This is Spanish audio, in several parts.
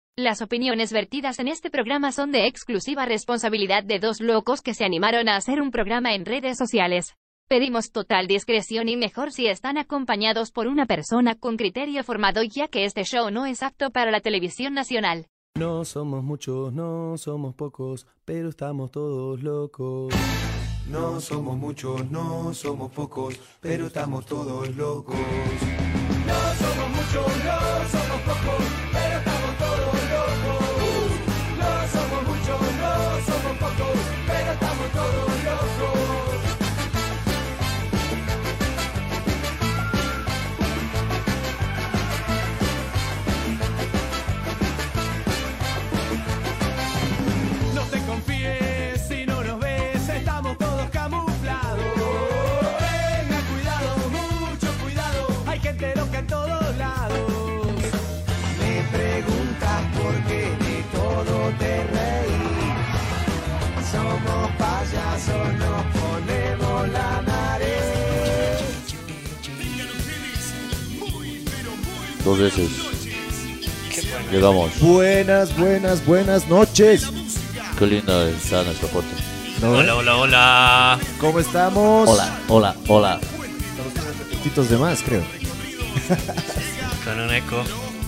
Las opiniones vertidas en este programa son de exclusiva responsabilidad de dos locos que se animaron a hacer un programa en redes sociales. Pedimos total discreción y mejor si están acompañados por una persona con criterio formado, ya que este show no es apto para la televisión nacional. No somos muchos, no somos pocos, pero estamos todos locos. No somos muchos, no somos pocos, pero estamos todos locos. No somos muchos, no somos pocos, pero estamos todos locos. No somos muchos, no somos pocos, pero estamos todos locos. No te confíes si no nos ves, estamos todos camuflados. Venga, cuidado, mucho cuidado, hay gente loca en todos lados. Me preguntas por qué de todo te reí. Somos payasos, nos ponemos la nariz. Dos veces. Llegamos. Buenas noches. Qué lindo está nuestro foto. ¿No? Hola, hola, hola. ¿Cómo estamos? Hola. Estamos unos repetitos de más, creo. Con un eco.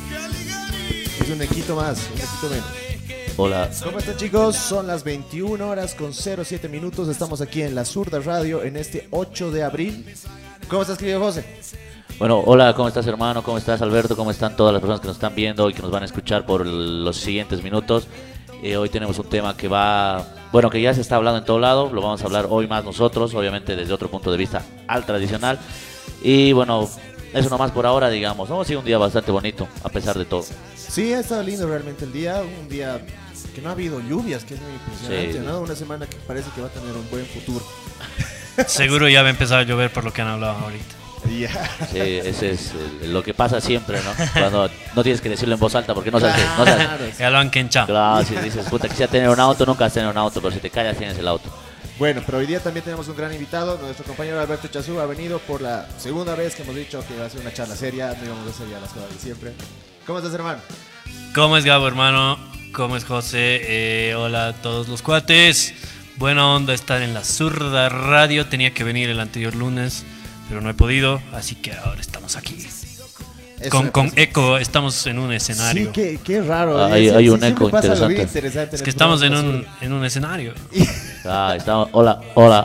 Es un equito más, un equito menos. Hola. ¿Cómo están, chicos? Son las 21 horas con 07 minutos. Estamos aquí en La Zurda Radio en este 8 de abril. ¿Cómo estás, querido José? Bueno, hola, ¿cómo estás, hermano? ¿Cómo estás, Alberto? ¿Cómo están todas las personas que nos están viendo y que nos van a escuchar por los siguientes minutos? Hoy tenemos un tema que que ya se está hablando en todo lado. Lo vamos a hablar hoy más nosotros, obviamente desde otro punto de vista al tradicional. Y bueno, eso nomás por ahora, digamos, ¿no? Ha sido un día bastante bonito, a pesar de todo. Sí, ha estado lindo realmente el día. Un día que no ha habido lluvias, que es muy impresionante, Sí. ¿no? Una semana que parece que va a tener un buen futuro. Seguro ya va a empezar a llover por lo que han hablado ahorita. Ya. Sí, ese es lo que pasa siempre, ¿no? Cuando no tienes que decirlo en voz alta porque no sabes. No sabes. Claro. Ya lo han quenchado. Claro, si dices, puta, quisiera tener un auto, nunca vas a tener un auto, pero si te callas tienes el auto. Bueno, pero hoy día también tenemos un gran invitado. Nuestro compañero Alberto Chazú ha venido por la segunda vez que hemos dicho que iba a ser una charla seria. No íbamos a hacer ya las cosas de siempre. ¿Cómo estás, hermano? ¿Cómo es Gabo, hermano? ¿Cómo es José? Hola a todos los cuates. Buena onda estar en La Zurda Radio. Tenía que venir el anterior lunes, pero no he podido, así que ahora estamos aquí. Eso Con me parece. eco, estamos en un escenario. Sí, qué raro. Hay un siempre eco pasa algo bien interesante. interesante. Es que estamos en un escenario. Estamos, hola.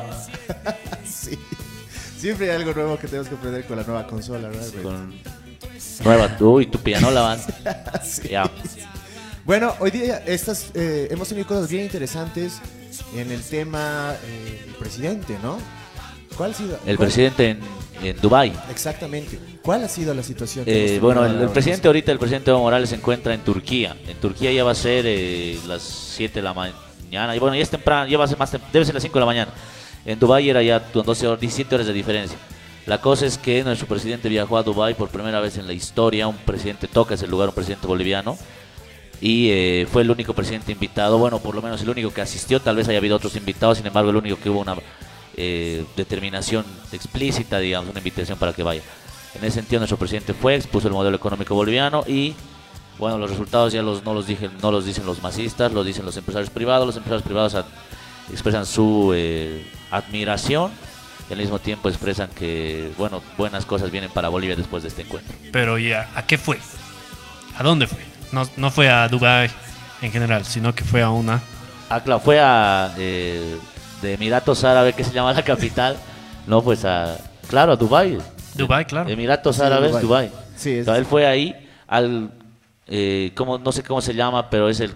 Sí. Siempre hay algo nuevo que tenemos que aprender con la nueva consola, ¿verdad? Con nueva, uy, tu pianola van. Sí. Ya. Bueno, hoy día hemos tenido cosas bien interesantes en el tema el presidente, ¿no? ¿Cuál ha sido? El presidente en Dubái. Exactamente. ¿Cuál ha sido la situación? que hemos Bueno, tenido el ahora? presidente ahorita, el presidente Evo Morales se encuentra en Turquía. En Turquía ya va a ser las 7 de la mañana. Y bueno, ya es temprano, ya va a ser debe ser las 5 de la mañana. En Dubái era ya 12 horas, 17 horas de diferencia. La cosa es que nuestro presidente viajó a Dubái por primera vez en la historia. Un presidente toca ese lugar, un presidente boliviano. Y fue el único presidente invitado, bueno, por lo menos el único que asistió. Tal vez haya habido otros invitados, sin embargo el único que hubo una determinación explícita, digamos, una invitación para que vaya. En ese sentido nuestro presidente fue, expuso el modelo económico boliviano y bueno, los resultados ya no los dicen los masistas, los dicen los empresarios privados. Los empresarios privados expresan su admiración y al mismo tiempo expresan que bueno, buenas cosas vienen para Bolivia después de este encuentro. Pero ya, ¿a qué fue? ¿A dónde fue? No fue a Dubái en general, sino que fue a una... Claro, fue de Emiratos Árabes, que se llama la capital, no, pues a Dubái. Dubái, claro. Emiratos Sí, Árabes, Dubái. Dubái. Sí, es- O sea, él fue ahí no sé cómo se llama, pero es el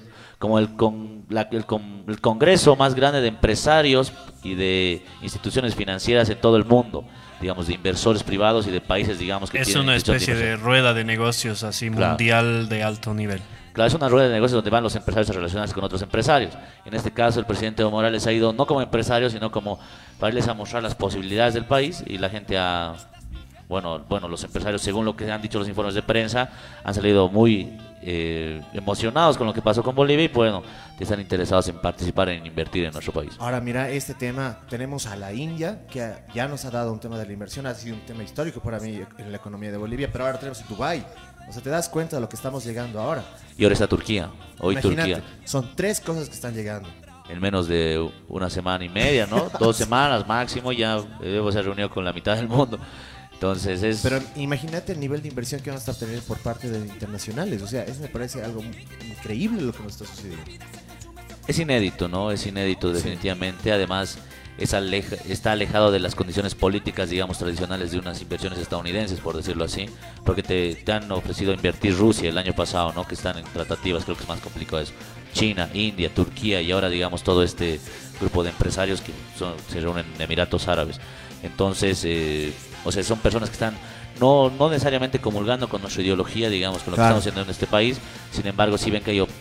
congreso más grande de empresarios y de instituciones financieras en todo el mundo, digamos, de inversores privados y de países, digamos, que Es tienen una instituciones especie de rueda de negocios así Claro. mundial de alto nivel. Claro, es una rueda de negocios donde van los empresarios a relacionarse con otros empresarios. En este caso, el presidente Evo Morales ha ido no como empresario, sino como para irles a mostrar las posibilidades del país y la gente bueno, los empresarios, según lo que han dicho los informes de prensa, han salido muy emocionados con lo que pasó con Bolivia y bueno, están interesados en participar, en invertir en nuestro país. Ahora mira este tema, tenemos a la India que ya nos ha dado un tema de la inversión, ha sido un tema histórico para mí en la economía de Bolivia, pero ahora tenemos Dubái, O sea, te das cuenta de lo que estamos llegando ahora. Y ahora está Turquía. Hoy Imagínate, Turquía. son 3 cosas que están llegando. En menos de una semana y media, ¿no? 2 semanas máximo, ya debo ser reunido con la mitad del mundo. Entonces es... Pero imagínate el nivel de inversión que van a estar teniendo por parte de internacionales. O sea, eso me parece algo increíble lo que nos está sucediendo. Es inédito, ¿no? Es inédito definitivamente. Además, está alejado de las condiciones políticas, digamos, tradicionales de unas inversiones estadounidenses, por decirlo así. Porque te han ofrecido invertir Rusia el año pasado, ¿no? Que están en tratativas, creo que es más complicado eso. China, India, Turquía y ahora, digamos, todo este grupo de empresarios que se reúnen en Emiratos Árabes. Entonces, o sea, son personas que están no necesariamente comulgando con nuestra ideología, digamos, con lo que estamos haciendo en este país. Sin embargo, sí ven que hay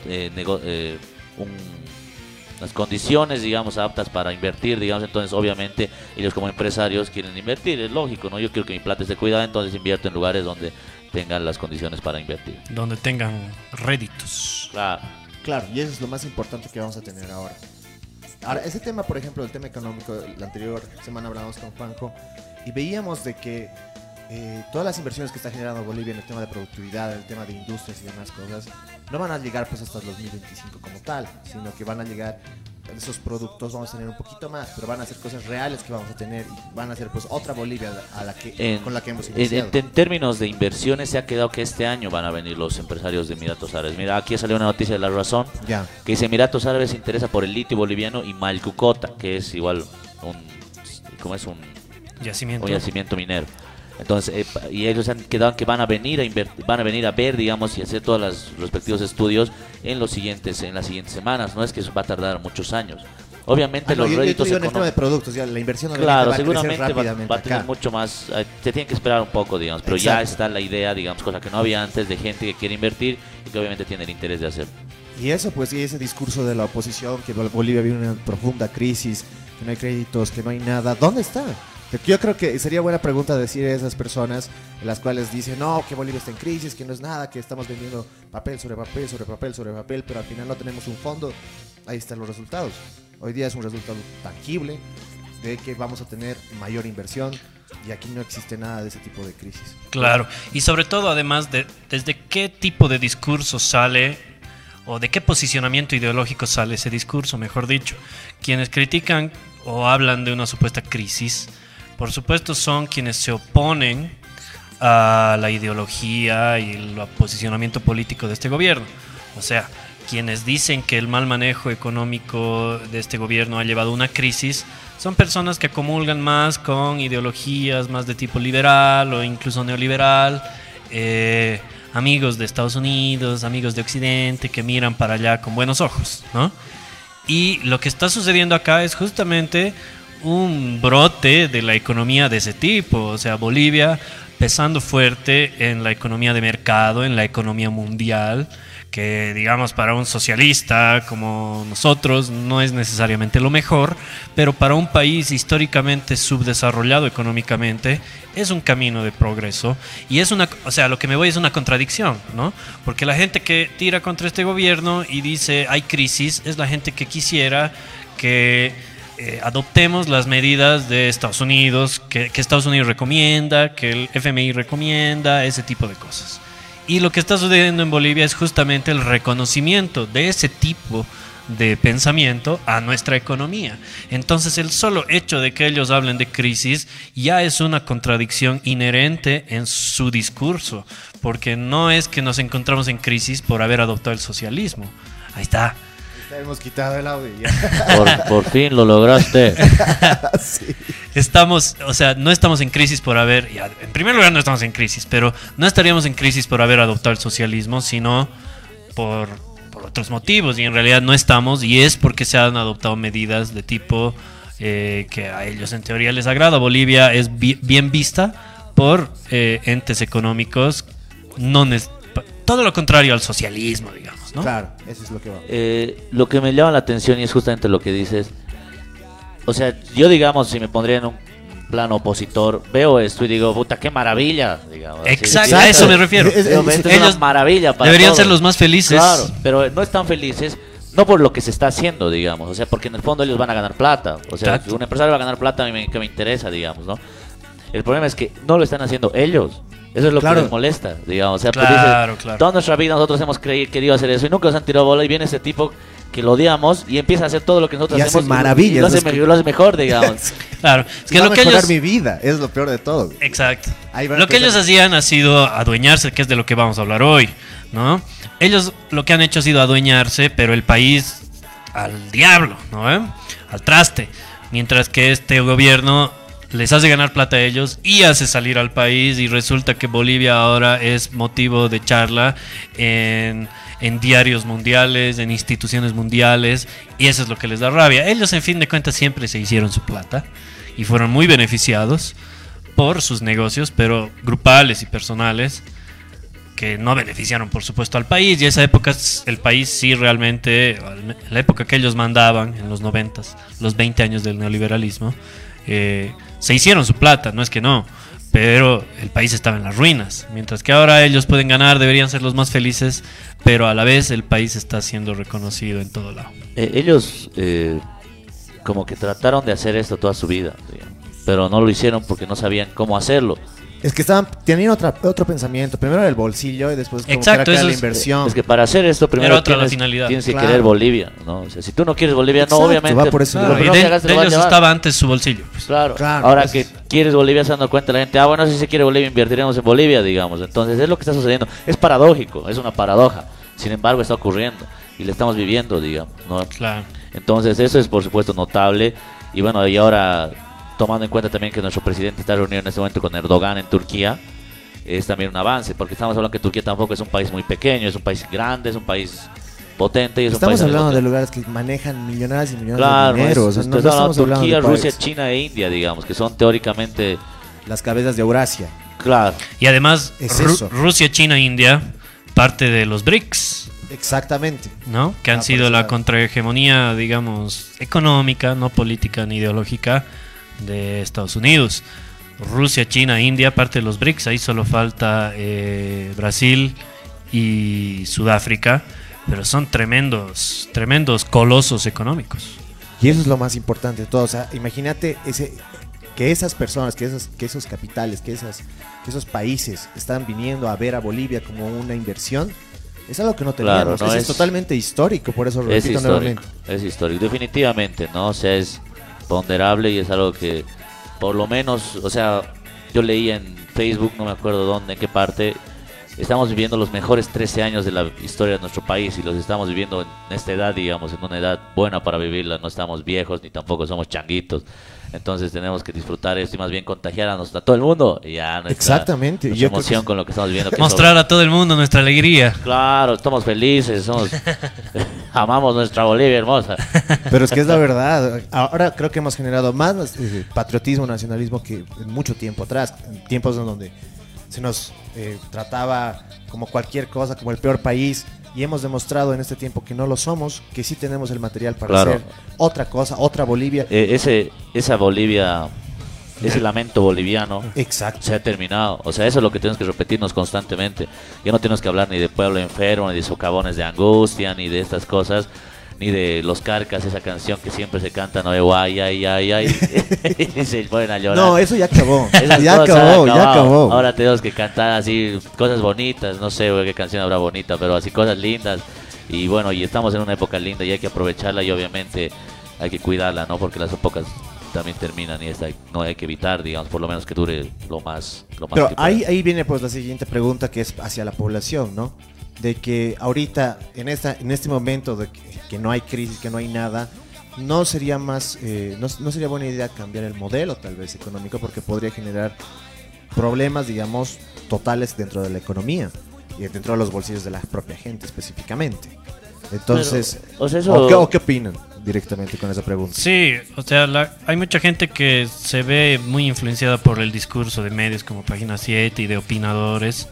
las condiciones, digamos, aptas para invertir, digamos. Entonces, obviamente, ellos como empresarios quieren invertir, es lógico, ¿no? Yo quiero que mi plata esté cuidada, entonces invierto en lugares donde tengan las condiciones para invertir. Donde tengan réditos. Claro, y eso es lo más importante que vamos a tener ahora. Ahora, ese tema, por ejemplo, el tema económico, la anterior semana hablamos con Juanjo y veíamos de que todas las inversiones que está generando Bolivia en el tema de productividad, en el tema de industrias y demás cosas, no van a llegar pues hasta el 2025 como tal, sino que van a llegar, esos productos vamos a tener un poquito más, pero van a ser cosas reales que vamos a tener y van a ser pues otra Bolivia con la que hemos iniciado. En términos de inversiones se ha quedado que este año van a venir los empresarios de Emiratos Árabes. Mira, aquí salió una noticia de La Razón que dice Emiratos Árabes se interesa por el litio boliviano y Malcucota, que es igual un yacimiento minero. Entonces, y ellos han quedado que van a venir a ver, digamos, y hacer todos los respectivos estudios en las siguientes semanas. No es que eso va a tardar muchos años. Obviamente los réditos económicos. En el tema de productos, ya la inversión claro, va a seguramente crecer rápidamente va a tener mucho más. Se tiene que esperar un poco, digamos, pero ya está la idea, digamos, cosa que no había antes, de gente que quiere invertir y que obviamente tiene el interés de hacerlo. Y eso, pues, y ese discurso de la oposición, que Bolivia vive una profunda crisis, que no hay créditos, que no hay nada, ¿dónde está? Yo creo que sería buena pregunta decir a esas personas en las cuales dicen, no, que Bolivia está en crisis, que no es nada, que estamos vendiendo papel sobre papel, sobre papel, sobre papel, pero al final no tenemos un fondo. Ahí están los resultados. Hoy día es un resultado tangible de que vamos a tener mayor inversión y aquí no existe nada de ese tipo de crisis. Claro, y sobre todo además desde qué tipo de discurso sale o de qué posicionamiento ideológico sale ese discurso, mejor dicho. Quienes critican o hablan de una supuesta crisis, por supuesto son quienes se oponen a la ideología y el posicionamiento político de este gobierno. O sea, quienes dicen que el mal manejo económico de este gobierno ha llevado a una crisis son personas que comulgan más con ideologías más de tipo liberal o incluso neoliberal, amigos de Estados Unidos, amigos de Occidente, que miran para allá con buenos ojos, ¿no? Y lo que está sucediendo acá es justamente un brote de la economía de ese tipo. O sea, Bolivia pesando fuerte en la economía de mercado, en la economía mundial, que digamos para un socialista como nosotros no es necesariamente lo mejor, pero para un país históricamente subdesarrollado económicamente es un camino de progreso. Y es o sea, lo que me voy es una contradicción, ¿no? Porque la gente que tira contra este gobierno y dice hay crisis es la gente que quisiera que adoptemos las medidas de Estados Unidos, que Estados Unidos recomienda, que el FMI recomienda, ese tipo de cosas. Y lo que está sucediendo en Bolivia es justamente el reconocimiento de ese tipo de pensamiento a nuestra economía. Entonces el solo hecho de que ellos hablen de crisis ya es una contradicción inherente en su discurso, porque no es que nos encontramos en crisis por haber adoptado el socialismo. Ahí está. Hemos quitado el audio por fin lo lograste. Sí. O sea, no estamos en crisis por haber, en primer lugar no estamos en crisis, pero no estaríamos en crisis por haber adoptado el socialismo, sino por otros motivos, y en realidad no estamos, y es porque se han adoptado medidas de tipo que a ellos en teoría les agrada. Bolivia es bien vista por entes económicos, todo lo contrario al socialismo, digamos, ¿no? Claro, eso es lo que va. Lo que me llama la atención y es justamente lo que dices. O sea, yo digamos, si me pondría en un plano opositor, veo esto y digo, puta, qué maravilla, digamos. Exacto, a eso me refiero. Es una maravilla para deberían todos. ser los más felices. Claro, pero no están felices, no por lo que se está haciendo, digamos. O sea, porque en el fondo ellos van a ganar plata. O sea, un empresario va a ganar plata, a mí que me interesa, digamos, ¿no? El problema es que no lo están haciendo ellos. Eso es lo Claro. que les molesta, digamos. O sea, pues Claro, dices, claro. toda nuestra vida nosotros hemos querido hacer eso y nunca nos han tirado bola y viene ese tipo que lo odiamos y empieza a hacer todo lo que nosotros Y hace hacemos maravillas, y lo hace, es que- lo hace mejor, digamos. Claro, es que Va a lo que mejorar ellos... mi vida, es lo peor de todo. Exacto. Ahí van a Lo que ellos empezar. hacían ha sido adueñarse, que es de lo que vamos a hablar hoy, ¿no? Ellos lo que han hecho ha sido adueñarse, pero el país al diablo, ¿no? Al traste. Mientras que este gobierno les hace ganar plata a ellos y hace salir al país y resulta que Bolivia ahora es motivo de charla en diarios mundiales, en instituciones mundiales, y eso es lo que les da rabia. Ellos en fin de cuentas siempre se hicieron su plata y fueron muy beneficiados por sus negocios, pero grupales y personales, que no beneficiaron por supuesto al país. Y esa época el país sí realmente, en la época que ellos mandaban, en los 90s, los 20 años del neoliberalismo, se hicieron su plata, no es que no, pero el país estaba en las ruinas. Mientras que ahora ellos pueden ganar, deberían ser los más felices, pero a la vez el país está siendo reconocido en todo lado. Ellos como que trataron de hacer esto toda su vida, digamos, pero no lo hicieron porque no sabían cómo hacerlo. Es que tenían otro pensamiento. Primero el bolsillo y después como Exacto, que era eso la es- inversión. Es que para hacer esto primero otra la finalidad. tienes que Claro. querer Bolivia, ¿no? O sea, si tú no quieres Bolivia, Exacto, no, obviamente. va por ese lo lado. Y primero que hagas te de lo va a ellos llevar. estaba antes su bolsillo, pues. Claro. Claro, Ahora pues. que quieres Bolivia, se dando cuenta la gente, bueno, si se quiere Bolivia, invertiremos en Bolivia, digamos. Entonces, es lo que está sucediendo. Es paradójico, es una paradoja. Sin embargo, está ocurriendo y le estamos viviendo, digamos, ¿no? Claro. Entonces, eso es por supuesto notable. Y bueno, y ahora, tomando en cuenta también que nuestro presidente está reunido en este momento con Erdogan en Turquía, es también un avance, porque estamos hablando que Turquía tampoco es un país muy pequeño, es un país grande, es un país potente y es Estamos un país hablando de potente. lugares que manejan millonadas y millones Claro, de dinero. O sea, no estamos hablando estamos de hablando Turquía, de Rusia, países. China e India, digamos, que son teóricamente, Las cabezas de Eurasia. claro, Y además, Es eso. Rusia, China, India, parte de los BRICS, Exactamente. ¿no? Que han por sido ese la lado. contrahegemonía, digamos, económica, no política ni ideológica de Estados Unidos. Rusia, China, India, parte de los BRICS. Ahí solo falta Brasil y Sudáfrica, pero son tremendos colosos económicos. Y eso es lo más importante de todo. O sea, imagínate que esas personas, que esos capitales, que esos países están viniendo a ver a Bolivia como una inversión. Es algo que no Claro, teníamos. no es es- totalmente histórico, por eso lo es repito histórico, nuevamente. es histórico, definitivamente, ¿no? O sea, es ponderable y es algo que, por lo menos, o sea, yo leí en Facebook, no me acuerdo dónde, en qué parte, estamos viviendo los mejores 13 años de la historia de nuestro país y los estamos viviendo en esta edad, digamos, en una edad buena para vivirla, no estamos viejos ni tampoco somos changuitos, entonces tenemos que disfrutar esto y más bien contagiar a todo el mundo y ya nuestra, Exactamente, nuestra yo creo emoción que- con lo que estamos viviendo. que Mostrar a todo el mundo nuestra alegría. Claro, estamos felices, amamos nuestra Bolivia hermosa. Pero es que es la verdad. Ahora creo que hemos generado más patriotismo, nacionalismo que en mucho tiempo atrás. En tiempos en donde se nos trataba como cualquier cosa, como el peor país. Y hemos demostrado en este tiempo que no lo somos, que sí tenemos el material para Claro. hacer otra cosa, otra Bolivia. Esa Bolivia, ese lamento boliviano Exacto. se ha terminado. O sea, eso es lo que tenemos que repetirnos constantemente. Ya no tenemos que hablar ni de pueblo enfermo, ni de socavones de angustia, ni de estas cosas, ni de los Carcas, esa canción que siempre se canta, no, ay, ay, ay, ay, y se ponen a llorar. No, eso ya acabó. Esas ya cosas acabó, han ya acabó. Ahora tenemos que cantar así cosas bonitas, no sé qué canción habrá bonita, pero así cosas lindas. Y bueno, y estamos en una época linda y hay que aprovecharla y obviamente hay que cuidarla, ¿no? Porque las épocas también terminan y esta no hay que evitar, digamos, por lo menos que dure lo más Pero que pueda. ahí viene pues la siguiente pregunta, que es hacia la población, ¿no? De que ahorita, en este momento de que no hay crisis, que no hay nada, no sería no sería buena idea cambiar el modelo tal vez económico, porque podría generar problemas, digamos, totales dentro de la economía y dentro de los bolsillos de la propia gente específicamente. Entonces, Pero, o sea, eso- ¿o qué opinan directamente con esa pregunta? Sí, o sea, hay mucha gente que se ve muy influenciada por el discurso de medios como Página 7 y de opinadores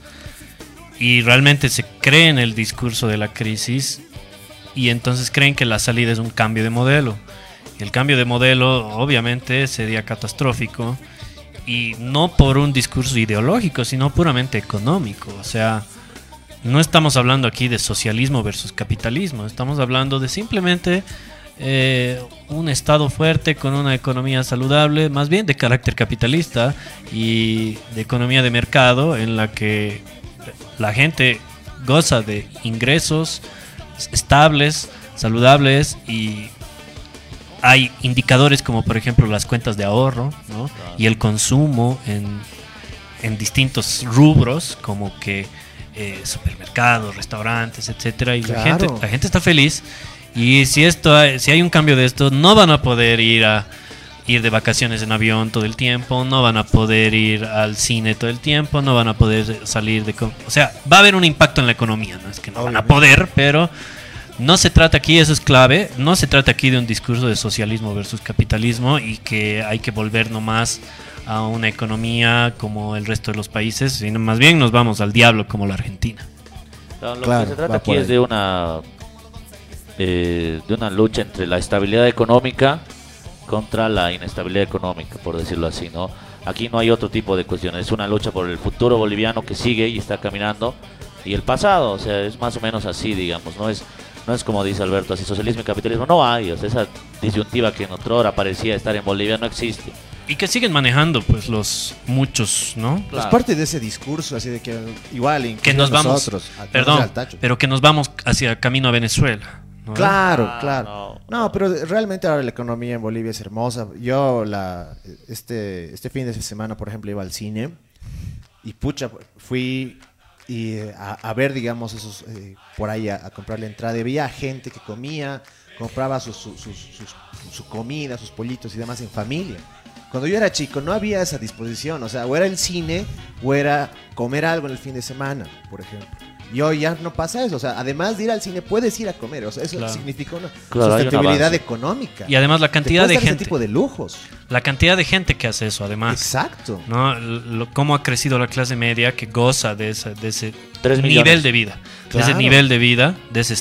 y realmente se cree en el discurso de la crisis y entonces creen que la salida es un cambio de modelo. Y el cambio de modelo obviamente sería catastrófico y no por un discurso ideológico, sino puramente económico. O sea, no estamos hablando aquí de socialismo versus capitalismo, estamos hablando de simplemente un Estado fuerte con una economía saludable, más bien de carácter capitalista y de economía de mercado, en la que la gente goza de ingresos estables, saludables, y hay indicadores como por ejemplo las cuentas de ahorro, ¿no? Y el consumo en distintos rubros como que supermercados, restaurantes, etcétera, y Claro. la gente está feliz. Y si hay un cambio de esto, no van a poder ir de vacaciones en avión todo el tiempo, no van a poder ir al cine todo el tiempo, no van a poder salir o sea, va a haber un impacto en la economía, no es que no van a poder, pero no se trata aquí, eso es clave, no se trata aquí de un discurso de socialismo versus capitalismo y que hay que volver nomás a una economía como el resto de los países, sino más bien nos vamos al diablo como la Argentina. Lo Claro, que se trata va aquí por es ahí. de una lucha entre la estabilidad económica contra la inestabilidad económica, por decirlo así, ¿no? Aquí no hay otro tipo de cuestiones, es una lucha por el futuro boliviano que sigue y está caminando, y el pasado, o sea, es más o menos así, digamos, no es como dice Alberto, así socialismo y capitalismo, no hay, o sea, esa disyuntiva que en otrora parecía estar en Bolivia no existe. Y que siguen manejando pues los muchos, ¿no? Es parte de ese discurso, así de que igual, Que incluso nos vamos, nosotros, perdón, al tacho. pero que nos vamos hacia camino a Venezuela, ¿no? Claro, Ah, claro. no. No, pero realmente ahora la economía en Bolivia es hermosa. Yo este fin de semana, por ejemplo, iba al cine y pucha, fui a ver, digamos, esos por ahí a comprar la entrada. Y veía gente que comía, compraba su comida, sus pollitos y demás en familia. Cuando yo era chico no había esa disposición, o sea, o era el cine o era comer algo en el fin de semana, por ejemplo. Y hoy ya no pasa eso, o sea, además de ir al cine puedes ir a comer, o sea, eso Claro. significa una Claro, hay un sustentabilidad avance. económica. Y además la Te cantidad puedes de dar ese gente, tipo de lujos. la cantidad de gente que hace eso, además, Exacto. ¿no? Cómo ha crecido la clase media que goza de ese 3 millones. nivel de vida, de ese Claro. nivel de vida, de ese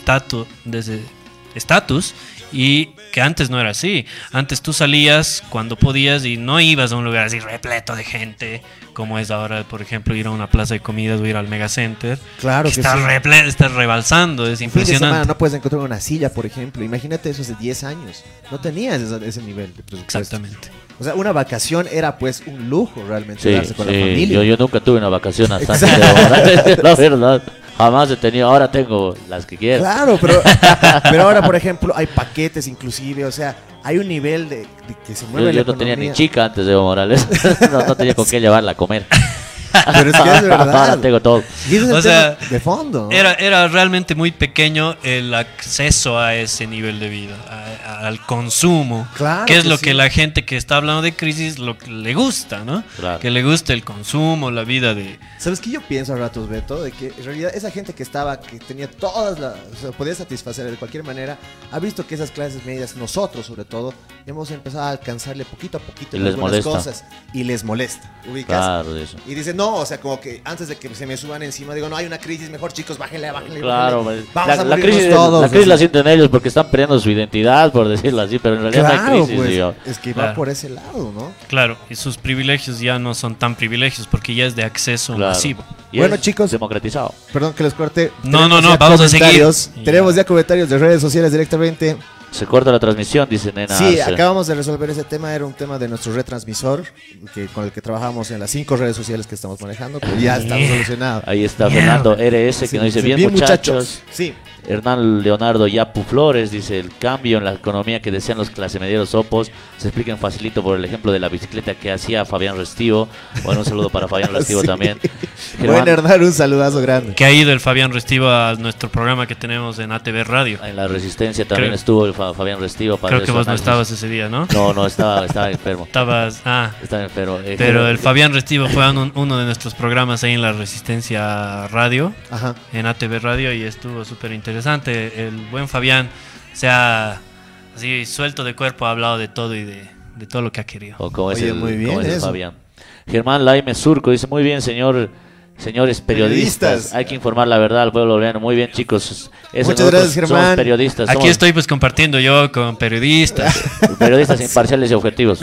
estatus, y que antes no era así. Antes tú salías cuando podías y no ibas a un lugar así repleto de gente, como es ahora, por ejemplo, ir a una plaza de comidas o ir al megacenter. Claro que está sí. está rebalsando, es Un fin de semana impresionante. no puedes encontrar una silla, por ejemplo. Imagínate eso hace 10 años. No tenías ese nivel de presupuesto. Exactamente. O sea, una vacación era pues un lujo realmente Sí, darse con la sí, familia. yo nunca tuve una vacación hasta antes de ahora, la verdad, jamás he tenido, ahora tengo las que quiero. Claro, pero ahora, por ejemplo, hay paquetes inclusive, o sea, hay un nivel de que se mueve la Yo no tenía economía. ni chica antes de Evo Morales, no tenía con qué llevarla a comer. Pero es que es verdad. Ahora tengo todo. Y ese es O el sea, tema de fondo. Era realmente muy pequeño el acceso a ese nivel de vida, al consumo, Claro que es que lo sí. que la gente que está hablando de crisis lo que le gusta, ¿no? Claro. Que le gusta el consumo, la vida de... ¿Sabes qué yo pienso a ratos, Beto? De que en realidad esa gente que tenía todas las, o sea, podía satisfacer de cualquier manera, ha visto que esas clases medias, nosotros sobre todo, hemos empezado a alcanzarle poquito a poquito Y en les algunas molesta. cosas. Y les molesta, ¿ubicas? Claro, de eso. Y dice, no, o sea, como que antes de que se me suban encima, digo, no, hay una crisis, mejor chicos, bájenle. Claro, bájenle. pues, Vamos a la morirnos crisis, todos. la crisis así. la sienten ellos porque están perdiendo su identidad, por decirlo así, pero en realidad no Claro, hay crisis, pues, digo. es que Claro. va por ese lado, ¿no? Claro, y sus privilegios ya no son tan privilegios porque ya es de acceso Claro. masivo. Y Bueno, es chicos. democratizado. Perdón que les corte. No, Tenemos no, ya vamos a comentarios. seguir. Tenemos ya comentarios de redes sociales directamente. Se corta la transmisión, dice Nena Sí, Arce. acabamos de resolver ese tema, era un tema de nuestro retransmisor, con el que trabajamos en las 5 redes sociales que estamos manejando, pero ya está solucionado. Ahí está Mierda. Fernando RS que nos dice, Sí, bien muchachos. Sí, Hernán Leonardo Yapu Flores dice, el cambio en la economía que desean los clasemedieros opos se explican facilito por el ejemplo de la bicicleta que hacía Fabián Restivo. Bueno, un saludo para Fabián Restivo Sí. también. Bueno, Hernán, un saludazo grande. Que ha ido el Fabián Restivo a nuestro programa que tenemos en ATV Radio. En la Resistencia también Creo- estuvo el Fabián Restivo. para Creo hacer que su vos no análisis. estabas ese día, ¿no? No, estaba enfermo. Estabas... Ah, Estaba enfermo. pero el Fabián Restivo fue a uno de nuestros programas ahí en la Resistencia Radio, Ajá. en ATV Radio, y estuvo súper interesante. El buen Fabián se ha, así suelto de cuerpo, ha hablado de todo y de todo lo que ha querido. O como es Oye, el, muy bien como es el eso. Fabián. Germán Laime Surco dice, muy bien, señores periodistas. Periodistas. Hay que informar la verdad al pueblo boliviano. Muy bien, chicos. Eso Muchas nosotros gracias, Germán. Somos periodistas. Aquí somos estoy pues compartiendo yo con periodistas. periodistas imparciales y objetivos.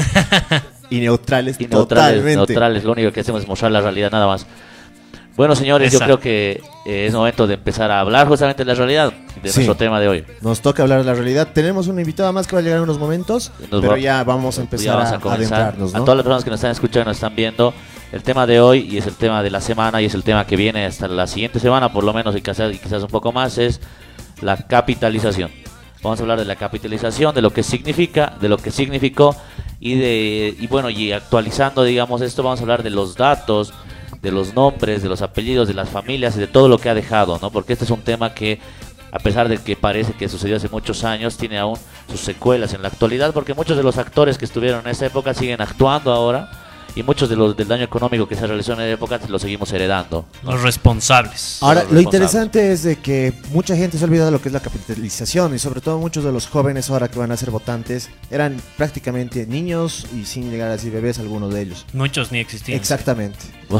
Y neutrales, Y neutrales, totalmente. neutrales. Lo único que hacemos es mostrar la realidad, nada más. Bueno, señores, yo Exacto. creo que es momento de empezar a hablar justamente de la realidad. de Sí. nuestro tema de hoy. Nos toca hablar de la realidad. Tenemos una invitada más que va a llegar en unos momentos, pero ya vamos a empezar vamos a comenzar. adentrarnos, A ¿no? todas las personas que nos están escuchando, nos están viendo, el tema de hoy, y es el tema de la semana, y es el tema que viene hasta la siguiente semana, por lo menos, y quizás un poco más, es la capitalización. Vamos a hablar de la capitalización, de lo que significa, de lo que significó, y bueno, y actualizando, digamos, esto, vamos a hablar de los datos, de los nombres, de los apellidos, de las familias y de todo lo que ha dejado, ¿no? Porque este es un tema que, a pesar de que parece que sucedió hace muchos años, tiene aún sus secuelas en la actualidad, porque muchos de los actores que estuvieron en esa época siguen actuando ahora, y muchos de los del daño económico que se realizó en esa época lo seguimos heredando, ¿no? Los responsables. Ahora, los lo responsables. interesante es de que mucha gente se ha olvidado de lo que es la capitalización y sobre todo muchos de los jóvenes ahora que van a ser votantes eran prácticamente niños y sin llegar a decir bebés algunos de ellos. Muchos ni existían. Exactamente.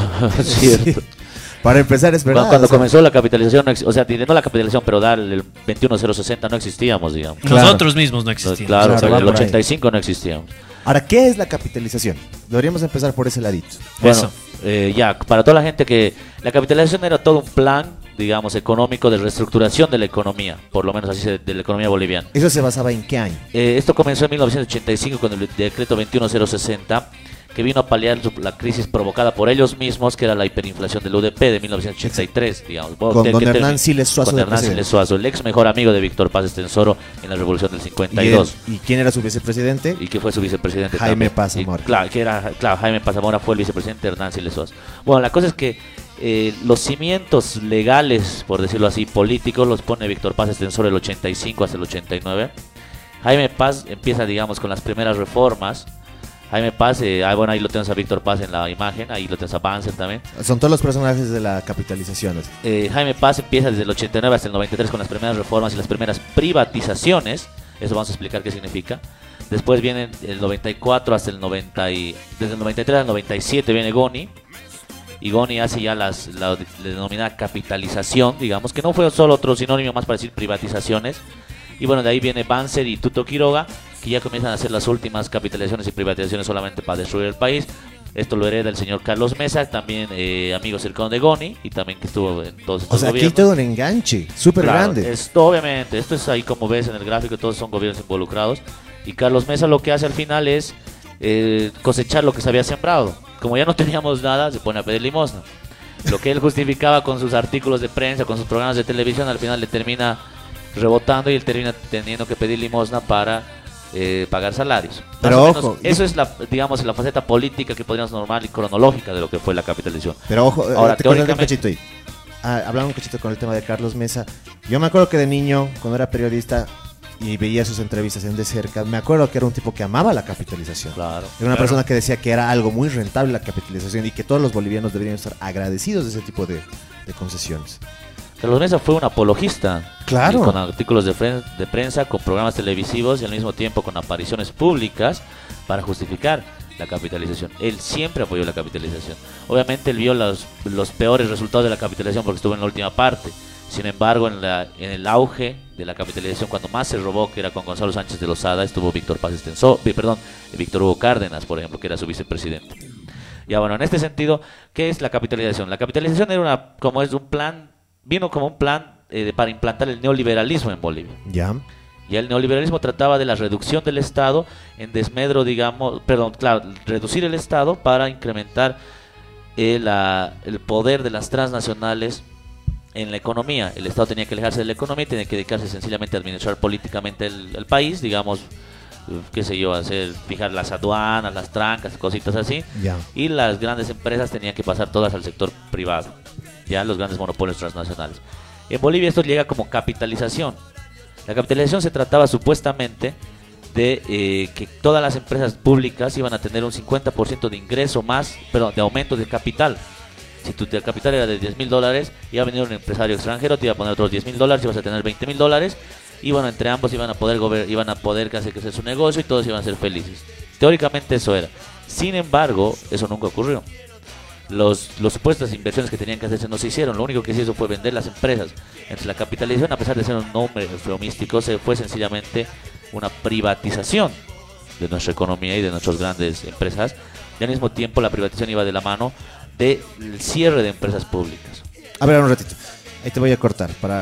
Cierto. Para empezar es verdad. Cuando o sea, comenzó la capitalización, o sea, no la capitalización, pero dar el 21060 no existíamos, digamos. Claro. Nosotros mismos no existíamos. Claro, Claro, o sea, va en el por ahí. 85 no existíamos. Ahora, ¿qué es la capitalización? Deberíamos empezar por ese ladito. Bueno, Eso. ya, para toda la gente que la capitalización era todo un plan, digamos, económico de reestructuración de la economía, por lo menos así de la economía boliviana. ¿Eso se basaba en qué año? Esto comenzó en 1985 con el decreto 21060, que vino a paliar la crisis provocada por ellos mismos, que era la hiperinflación del UDP de 1983, digamos. Bueno, Con que don termi- Hernán Siles Suazo Con de Hernán presidente. Siles Suazo, el ex mejor amigo de Víctor Paz Estensoro en la revolución del 52. ¿Y quién era su vicepresidente? Y que fue su vicepresidente Jaime también. Paz Zamora. Y, claro, Jaime Paz Zamora fue el vicepresidente de Hernán Siles Suazo. Bueno, la cosa es que los cimientos legales, por decirlo así, políticos, los pone Víctor Paz Estensoro del 85 hasta el 89. Jaime Paz empieza, digamos, con las primeras reformas. Jaime Paz, bueno, ahí lo tenemos a Víctor Paz en la imagen, ahí lo tenemos a Banzer también. Son todos los personajes de la capitalización. Jaime Paz empieza desde el 89 hasta el 93 con las primeras reformas y las primeras privatizaciones. Eso vamos a explicar qué significa. Después viene el 94 hasta el 90 desde el 93 al 97 viene Goni. Y Goni hace ya la denominada capitalización, digamos, que no fue solo otro sinónimo más para decir privatizaciones. Y bueno, de ahí viene Banzer y Tuto Quiroga, que ya comienzan a hacer las últimas capitalizaciones y privatizaciones solamente para destruir el país. Esto lo hereda el señor Carlos Mesa, también amigo cercano de Goni, y también que estuvo en todos estos O sea, aquí hay gobiernos. todo un enganche súper Claro, grande. obviamente, esto es ahí como ves en el gráfico, todos son gobiernos involucrados. Y Carlos Mesa lo que hace al final es cosechar lo que se había sembrado. Como ya no teníamos nada, se pone a pedir limosna. Lo que él justificaba con sus artículos de prensa, con sus programas de televisión, al final le termina rebotando y él termina teniendo que pedir limosna para pagar salarios. Pero Más o menos, ojo, eso es digamos, la faceta política que podríamos normal y cronológica de lo que fue la capitalización. Pero ojo, Ahora, te corto un teóricamente- cachito ahí. Hablando un cachito con el tema de Carlos Mesa. Yo me acuerdo que de niño, cuando era periodista y veía sus entrevistas en de cerca, me acuerdo que era un tipo que amaba la capitalización. Claro. Era una persona que decía que era algo muy rentable la capitalización y que todos los bolivianos deberían estar agradecidos de ese tipo de concesiones. Carlos Mesa fue un apologista. Claro. Con artículos de prensa, con programas televisivos y al mismo tiempo con apariciones públicas para justificar la capitalización. Él siempre apoyó la capitalización. Obviamente él vio los peores resultados de la capitalización porque estuvo en la última parte. Sin embargo, en el auge de la capitalización, cuando más se robó, que era con Gonzalo Sánchez de Lozada, estuvo Víctor Víctor Hugo Cárdenas, por ejemplo, que era su vicepresidente. Ya bueno, en este sentido, ¿qué es la capitalización? La capitalización era vino como un plan para implantar el neoliberalismo en Bolivia. ¿Ya? Y el neoliberalismo trataba de la reducción del Estado en desmedro, digamos, reducir el Estado para incrementar el poder de las transnacionales en la economía. El Estado tenía que alejarse de la economía y tenía que dedicarse sencillamente a administrar políticamente el país, digamos, qué sé yo, fijar las aduanas, las trancas, cositas así. Ya. Y las grandes empresas tenían que pasar todas al sector privado, ya los grandes monopolios transnacionales. En Bolivia esto llega como capitalización. La capitalización se trataba supuestamente de que todas las empresas públicas iban a tener un 50% de ingreso más, perdón, de aumento de capital. Si tu capital era de $10,000, iba a venir un empresario extranjero, te iba a poner otros $10,000, ibas a tener $20,000, y bueno, entre ambos iban a poder hacer crecer su negocio y todos iban a ser felices. Teóricamente eso era. Sin embargo, eso nunca ocurrió. Los supuestas inversiones que tenían que hacerse no se hicieron. Lo único que se hizo fue vender las empresas. Entonces la capitalización, a pesar de ser un nombre eufemístico, fue sencillamente una privatización de nuestra economía y de nuestras grandes empresas. Y al mismo tiempo la privatización iba de la mano del cierre de empresas públicas. A ver, un ratito. Ahí te voy a cortar para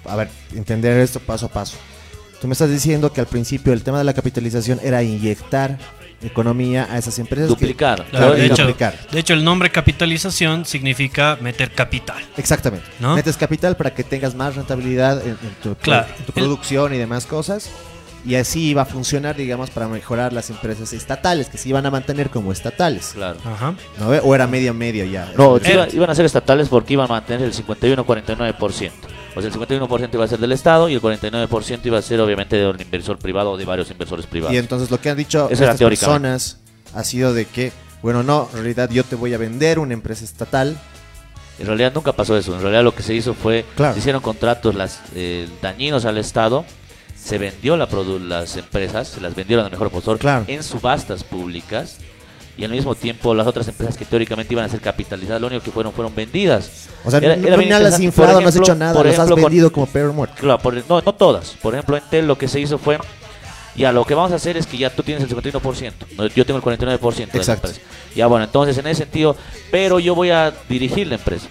a ver, entender esto paso a paso. Tú me estás diciendo que al principio el tema de la capitalización era inyectar economía a esas empresas. Duplicar. Claro, de, y hecho, duplicar. de hecho, el nombre capitalización significa meter capital. Exactamente. ¿No? Metes capital para que tengas más rentabilidad en Claro. en tu producción y demás cosas. Y así iba a funcionar, digamos, para mejorar las empresas estatales, que se iban a mantener como estatales. Claro. Ajá. ¿No ve? ¿O era medio ya? No, Era- iban a ser estatales porque iban a mantener el 51-49%. O sea, el 51% iba a ser del Estado y el 49% iba a ser obviamente de un inversor privado o de varios inversores privados. Y entonces lo que han dicho Eso era estas teóricamente. personas ha sido de que, bueno, no, en realidad yo te voy a vender una empresa estatal. En realidad nunca pasó eso. En realidad lo que se hizo fue, Claro. se hicieron contratos dañinos al Estado, se vendió las empresas, se las vendieron al mejor postor Claro. en subastas públicas y al mismo tiempo las otras empresas que teóricamente iban a ser capitalizadas, lo único que fueron vendidas. O sea, Era no, bien no las has interesante. inflado, Por no has ejemplo- hecho nada, por las has ejemplo, con- vendido como perro muerto. Claro, no todas. Por ejemplo, Entel lo que se hizo fue, ya lo que vamos a hacer es que ya tú tienes el 51%, yo tengo el 49% de la Exacto. empresa. Ya bueno, entonces en ese sentido, pero yo voy a dirigir la empresa.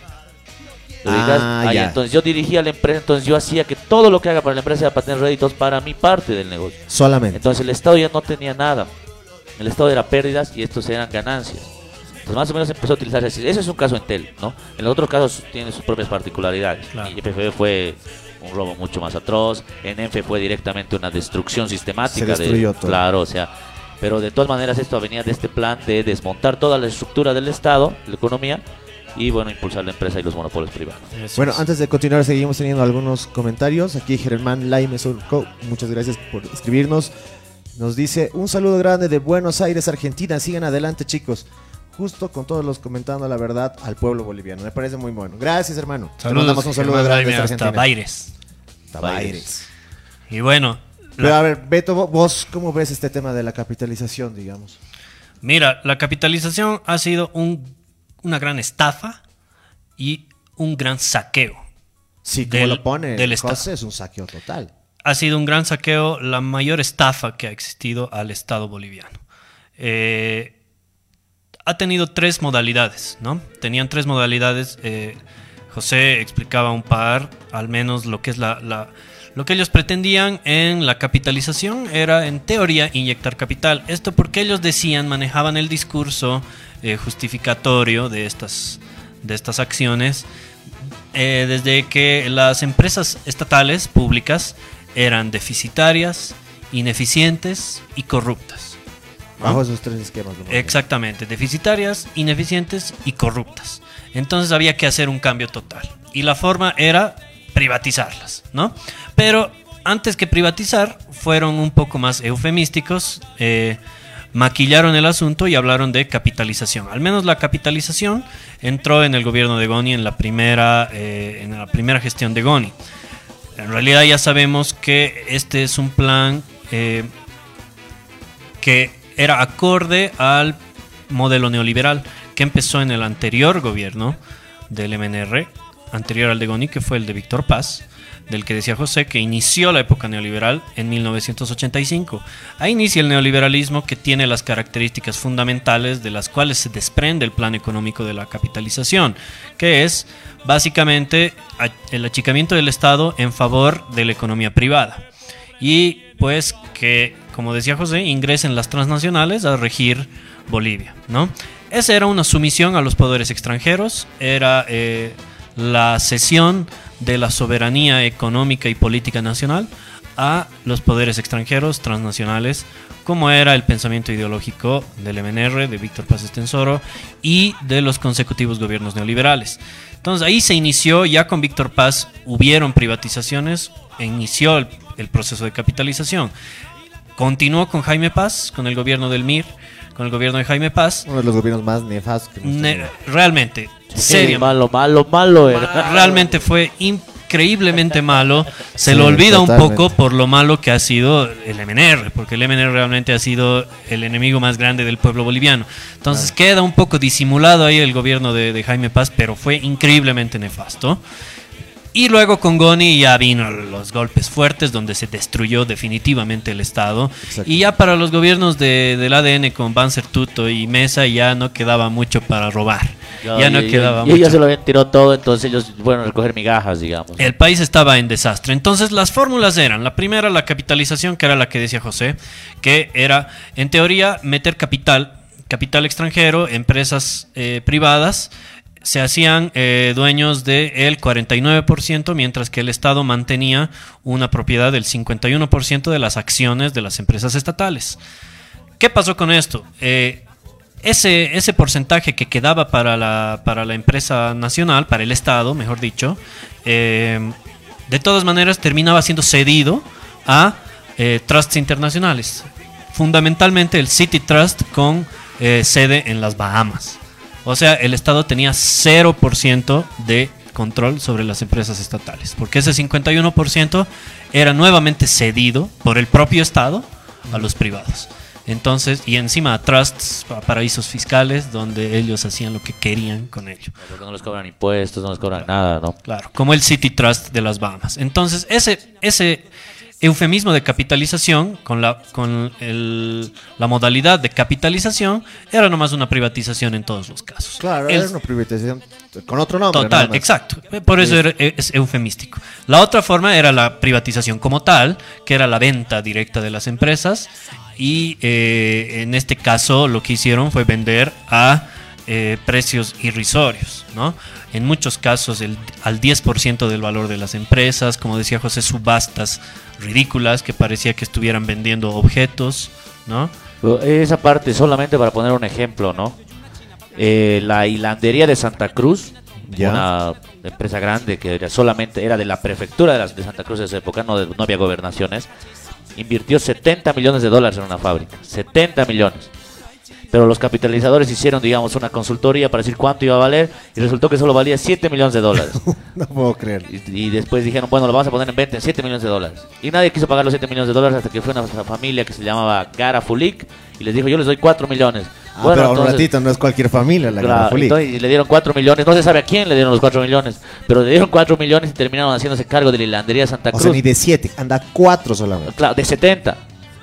¿Te ubicas? Ahí, ya. entonces yo dirigía la empresa, entonces yo hacía que todo lo que haga para la empresa era para tener réditos para mi parte del negocio. Solamente. Entonces el Estado ya no tenía nada. El Estado era pérdidas y estos eran ganancias. Entonces más o menos empezó a utilizar ese es un caso Entel, ¿no? En los otros casos tiene sus propias particularidades. Claro. Y YPF fue un robo mucho más atroz. En ENFE fue directamente una destrucción sistemática. Se destruyó todo. Claro, o sea, pero de todas maneras esto venía de este plan de desmontar toda la estructura del Estado, la economía, y bueno, impulsar la empresa y los monopolios privados. Eso Bueno, es. antes de continuar, seguimos teniendo algunos comentarios. Aquí Germán Laime Surco, muchas gracias por escribirnos. Nos dice, un saludo grande de Buenos Aires, Argentina. Sigan adelante, chicos. Justo con todos los comentando la verdad al pueblo boliviano. Me parece muy bueno. Gracias, hermano. Te Saludos, mandamos un saludo Germán grande Jaime, desde hasta Argentina. Baires. Hasta Baires. Y bueno, Pero a ver, Beto, vos, ¿cómo ves este tema de la capitalización, digamos? mira, la capitalización ha sido una gran estafa y un gran saqueo. Sí, como Del- lo pone del José, Estado. es un saqueo total. Ha sido un gran saqueo, la mayor estafa que ha existido al Estado boliviano. Ha tenido tres modalidades, ¿no? Tenían tres modalidades. José explicaba un par, al menos lo que es lo que ellos pretendían en la capitalización era, en teoría, inyectar capital. Esto porque ellos decían, manejaban el discurso justificatorio de estas acciones, desde que las empresas estatales públicas eran deficitarias, ineficientes y corruptas. Bajo esos tres esquemas. ¿no? Exactamente, deficitarias, ineficientes y corruptas. Entonces había que hacer un cambio total. Y la forma era privatizarlas, ¿no? Pero antes que privatizar, fueron un poco más eufemísticos, maquillaron el asunto y hablaron de capitalización. Al menos la capitalización entró en el gobierno de Goni en la primera gestión de Goni. En realidad ya sabemos que este es un plan que era acorde al modelo neoliberal que empezó en el anterior gobierno del MNR, anterior al de Goni, que fue el de Víctor Paz, del que decía José, que inició la época neoliberal en 1985. Ahí inicia el neoliberalismo, que tiene las características fundamentales de las cuales se desprende el plan económico de la capitalización, que es básicamente el achicamiento del Estado en favor de la economía privada. Y pues que, como decía José, ingresen las transnacionales a regir Bolivia, ¿no? Esa era una sumisión a los poderes extranjeros, era la cesión de la soberanía económica y política nacional a los poderes extranjeros transnacionales, como era el pensamiento ideológico del MNR, de Víctor Paz Estenssoro y de los consecutivos gobiernos neoliberales. Entonces ahí se inició, ya con Víctor Paz hubieron privatizaciones, inició el proceso de capitalización. Continuó con Jaime Paz, con el gobierno del MIR, con el gobierno de Jaime Paz. Uno de los gobiernos más nefastos que hemos tenido. Realmente, Sí, serio, malo era. realmente fue increíblemente malo. Se Sí, lo olvida totalmente. un poco por lo malo que ha sido el MNR, porque el MNR realmente ha sido el enemigo más grande del pueblo boliviano. Entonces queda un poco disimulado ahí el gobierno de Jaime Paz, pero fue increíblemente nefasto. Y luego con Goni ya vino los golpes fuertes donde se destruyó definitivamente el Estado. Exacto. Y ya para los gobiernos del ADN con Banzer Tuto y Mesa ya no quedaba mucho para robar. Ya no quedaba y mucho. ellos se lo habían tirado todo, entonces ellos fueron a recoger migajas, digamos. El país estaba en desastre. Entonces las fórmulas eran, la primera, la capitalización, que era la que decía José, que era, en teoría, meter capital extranjero, empresas privadas, se hacían dueños del 49%, mientras que el Estado mantenía una propiedad del 51% de las acciones de las empresas estatales. ¿Qué pasó con esto? Ese porcentaje que quedaba para la empresa nacional, para el Estado, mejor dicho, de todas maneras terminaba siendo cedido a trusts internacionales. Fundamentalmente el City Trust con sede en las Bahamas. O sea, el Estado tenía 0% de control sobre las empresas estatales, porque ese 51% era nuevamente cedido por el propio Estado a los privados. Entonces, y encima a trusts, a paraísos fiscales, donde ellos hacían lo que querían con ello. Porque no les cobran impuestos, no les cobran nada, ¿no? Claro, como el City Trust de las Bahamas. Entonces, ese eufemismo de capitalización, con la modalidad de capitalización, era nomás una privatización en todos los casos. Claro, era una privatización con otro nombre. Total, exacto. Por eso es eufemístico. La otra forma era la privatización como tal, que era la venta directa de las empresas. Y en este caso lo que hicieron fue vender a precios irrisorios, ¿no? En muchos casos al 10% del valor de las empresas, como decía José, subastas ridículas que parecía que estuvieran vendiendo objetos, ¿no? Esa parte, solamente para poner un ejemplo, ¿no? La hilandería de Santa Cruz, una empresa grande que era de la prefectura de Santa Cruz de esa época, no había gobernaciones, invirtió $70 millones en una fábrica, 70 millones. Pero los capitalizadores hicieron, digamos, una consultoría para decir cuánto iba a valer y resultó que solo valía $7 millones. No puedo creer. Y después dijeron, bueno, lo vamos a poner en venta en $7 millones. Y nadie quiso pagar los $7 millones hasta que fue una familia que se llamaba Gara Fulik y les dijo, yo les doy 4 millones. Bueno, pero entonces, un ratito, no es cualquier familia la Gara Fulik. Y le dieron 4 millones, no se sabe a quién le dieron los 4 millones, pero le dieron 4 millones y terminaron haciéndose cargo de la hilandería Santa Cruz. O sea, ni de 7, anda 4 solamente. Claro, de 70.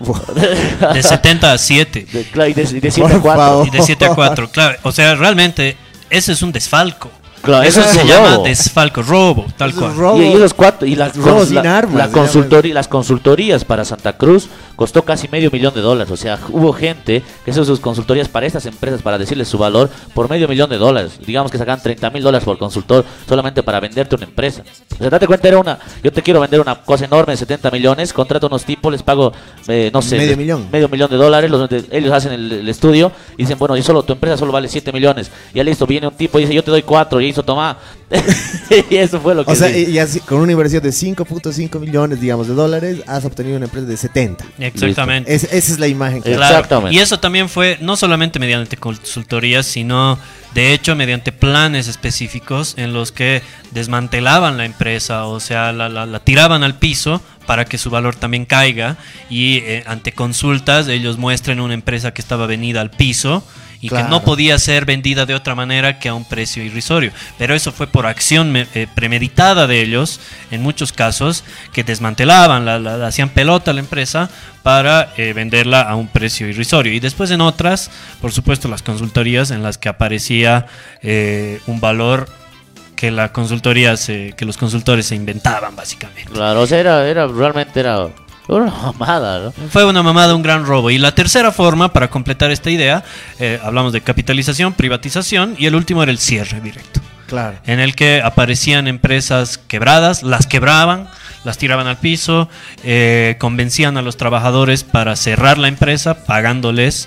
De 70 a 7. Claro, y de 7 a 4. Y de 7 a 4, claro. O sea, realmente ese es un desfalco. Claro, eso se llama robo. Desfalco, robo, tal Eso cual. es robo. Y los cuatro, y las armas, las consultorías para Santa Cruz costó casi $500,000. O sea, hubo gente que hizo sus consultorías para estas empresas para decirles su valor por $500,000. Digamos que sacan $30,000 por consultor solamente para venderte una empresa. O sea, date cuenta, yo te quiero vender una cosa enorme de 70 millones, contrato a unos tipos, les pago, no sé, $500,000, ellos hacen el estudio y dicen, bueno, tu empresa solo vale 7 millones. Ya listo, viene un tipo y dice, yo te doy 4, y hizo, toma. Y eso fue lo que... O sea, y así, con una inversión de 5.5 millones, digamos, de dólares, has obtenido una empresa de 70. Exactamente. Esa es la imagen. Claro. Exactamente. Y eso también fue no solamente mediante consultorías, sino de hecho mediante planes específicos en los que desmantelaban la empresa, o sea, la tiraban al piso para que su valor también caiga y ante consultas ellos muestren una empresa que estaba venida al piso y claro, que no podía ser vendida de otra manera que a un precio irrisorio. Pero eso fue por acción premeditada de ellos, en muchos casos, que desmantelaban, la hacían pelota a la empresa para venderla a un precio irrisorio. Y después en otras, por supuesto, las consultorías en las que aparecía un valor que la consultoría que los consultores se inventaban, básicamente. Claro, o sea, realmente era una mamada, ¿no? Fue una mamada, un gran robo. Y la tercera forma, para completar esta idea, hablamos de capitalización, privatización, y el último era el cierre directo. Claro. En el que aparecían empresas quebradas, las quebraban, las tiraban al piso, convencían a los trabajadores para cerrar la empresa, pagándoles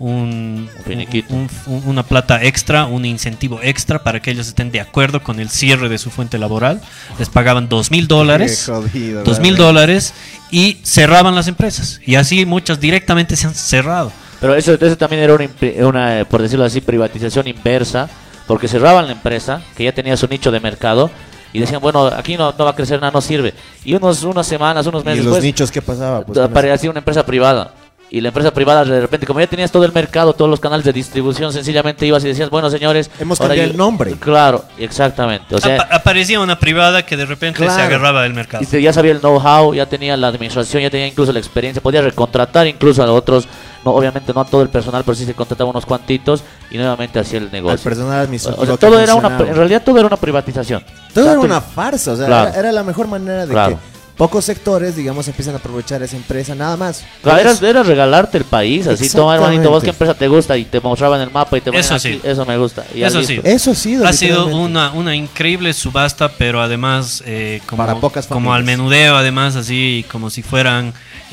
una plata extra, un incentivo extra para que ellos estén de acuerdo con el cierre de su fuente laboral. Les pagaban $2,000, $2,000 y cerraban las empresas. Y así muchas directamente se han cerrado. Pero eso también era una, por decirlo así, privatización inversa, porque cerraban la empresa, que ya tenía su nicho de mercado, y decían, bueno, aquí no va a crecer nada, no sirve. Y unas semanas, unos meses después... ¿Y los nichos qué pasaba? Pues, aparecía una empresa privada. Y la empresa privada de repente, como ya tenías todo el mercado, todos los canales de distribución, sencillamente ibas y decías, bueno señores, Hemos ahora cambiado el nombre. Claro, exactamente. O sea, Aparecía una privada que de repente se Claro. agarraba del mercado. y ya sabía el know-how, ya tenía la administración, ya tenía incluso la experiencia, podía recontratar incluso a los otros, no, obviamente no a todo el personal, pero sí se contrataba unos cuantitos y nuevamente hacía el Al negocio. personal administrativo. O sea, que todo era funcionaba. en realidad todo era una privatización. Todo era Tanto- una farsa, o sea, Claro. era la mejor manera de Claro. que pocos sectores, digamos, empiezan a aprovechar esa empresa, nada más. Claro, Pues, era regalarte el país, así, toma hermanito, vos qué empresa te gusta y te mostraban el mapa y te Eso ponían sí. aquí, eso me gusta. Y Eso ya sí. listo. Eso ha sido. Ha sido literalmente. una increíble subasta, pero además Para pocas como al familias. menudeo, además así como si fueran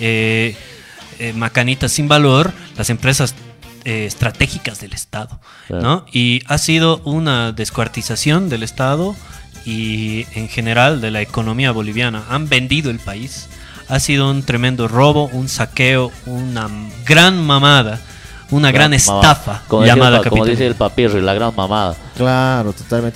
macanitas sin valor, las empresas estratégicas del Estado, Claro. ¿no? Y ha sido una descuartización del Estado y en general de la economía boliviana. Han vendido el país. Ha sido un tremendo robo, un saqueo, una gran mamada, una gran estafa Como llamada como capitalismo. dice el papirri, la gran mamada. Claro, totalmente.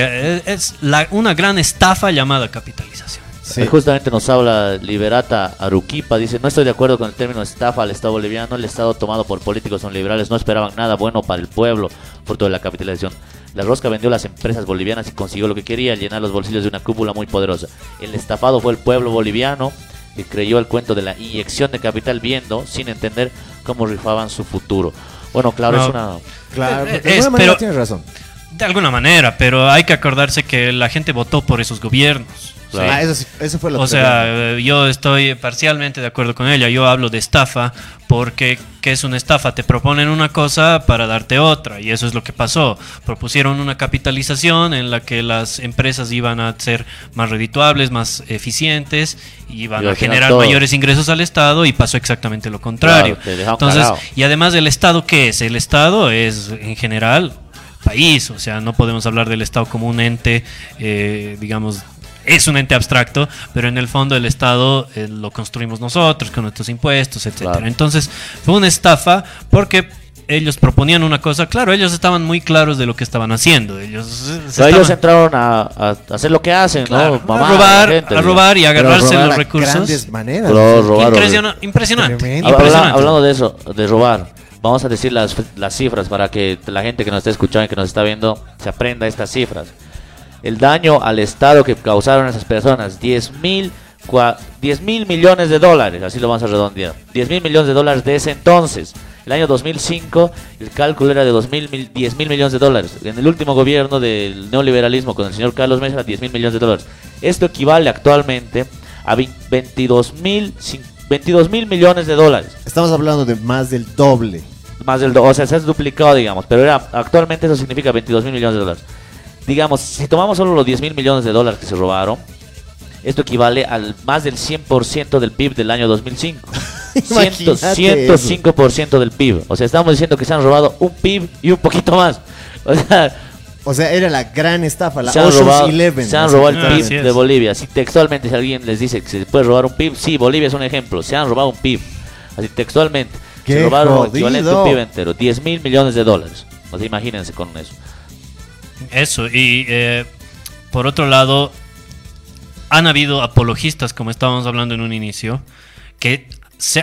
Una gran estafa llamada capitalización. Sí. Justamente nos habla Liberata Aruquipa, dice, no estoy de acuerdo con el término estafa al Estado boliviano, el Estado tomado por políticos son liberales, no esperaban nada bueno para el pueblo por toda la capitalización. La rosca vendió las empresas bolivianas y consiguió lo que quería, llenar los bolsillos de una cúpula muy poderosa. El estafado fue el pueblo boliviano que creyó el cuento de la inyección de capital viendo, sin entender cómo rifaban su futuro. Bueno, claro, No. es una... Claro, de Es, alguna manera pero- tienes razón. De alguna manera, pero hay que acordarse que la gente votó por esos gobiernos. Claro. Ah, eso fue lo O que sea, yo estoy parcialmente de acuerdo con ella. Yo hablo de estafa porque ¿qué es una estafa? Te proponen una cosa para darte otra y eso es lo que pasó. Propusieron una capitalización en la que las empresas iban a ser más redituables, más eficientes, iban Y a al final generar todo. mayores ingresos al Estado y pasó exactamente lo contrario. Claro, te dejaron Entonces, cagado. y además del Estado, ¿qué es? El Estado es en general país, o sea, no podemos hablar del Estado como un ente, digamos, es un ente abstracto, pero en el fondo el Estado lo construimos nosotros con nuestros impuestos, etcétera. Claro. Entonces fue una estafa porque ellos proponían una cosa, claro, ellos estaban muy claros de lo que estaban haciendo, Pero ellos entraron a hacer lo que hacen, claro, ¿no? Mamá, a la gente, robar y a Pero agarrarse robar los a recursos. grandes maneras. Pero robar, Impresionante. Tremendo. Impresionante. Hablando de eso, de robar, vamos a decir las cifras para que la gente que nos está escuchando y que nos está viendo se aprenda estas cifras. El daño al Estado que causaron esas personas, 10 mil millones de dólares, así lo vamos a redondear. 10 mil millones de dólares de ese entonces. El año 2005, el cálculo era de 10 mil millones de dólares. En el último gobierno del neoliberalismo con el señor Carlos Mesa, 10 mil millones de dólares. Esto equivale actualmente a 22 mil millones de dólares. Estamos hablando de más del doble. Más del o sea, se ha duplicado, digamos, pero actualmente eso significa 22 mil millones de dólares. Digamos, si tomamos solo los 10 mil millones de dólares que se robaron, esto equivale al más del 100% del PIB del año 2005. Imagínate 105% del PIB. O sea, estamos diciendo que se han robado un PIB y un poquito más. O sea, Era la gran estafa, la se han Ocean's robado, Eleven. se han robado el Así PIB es. de Bolivia. Si textualmente, si alguien les dice que se puede robar un PIB, sí, Bolivia es un ejemplo. Se han robado un PIB. Así textualmente. ¡Qué Se robaron el jodido! equivalente a un PIB entero. 10 mil millones de dólares. O sea, imagínense con eso. Eso, y por otro lado, han habido apologistas, como estábamos hablando en un inicio, que se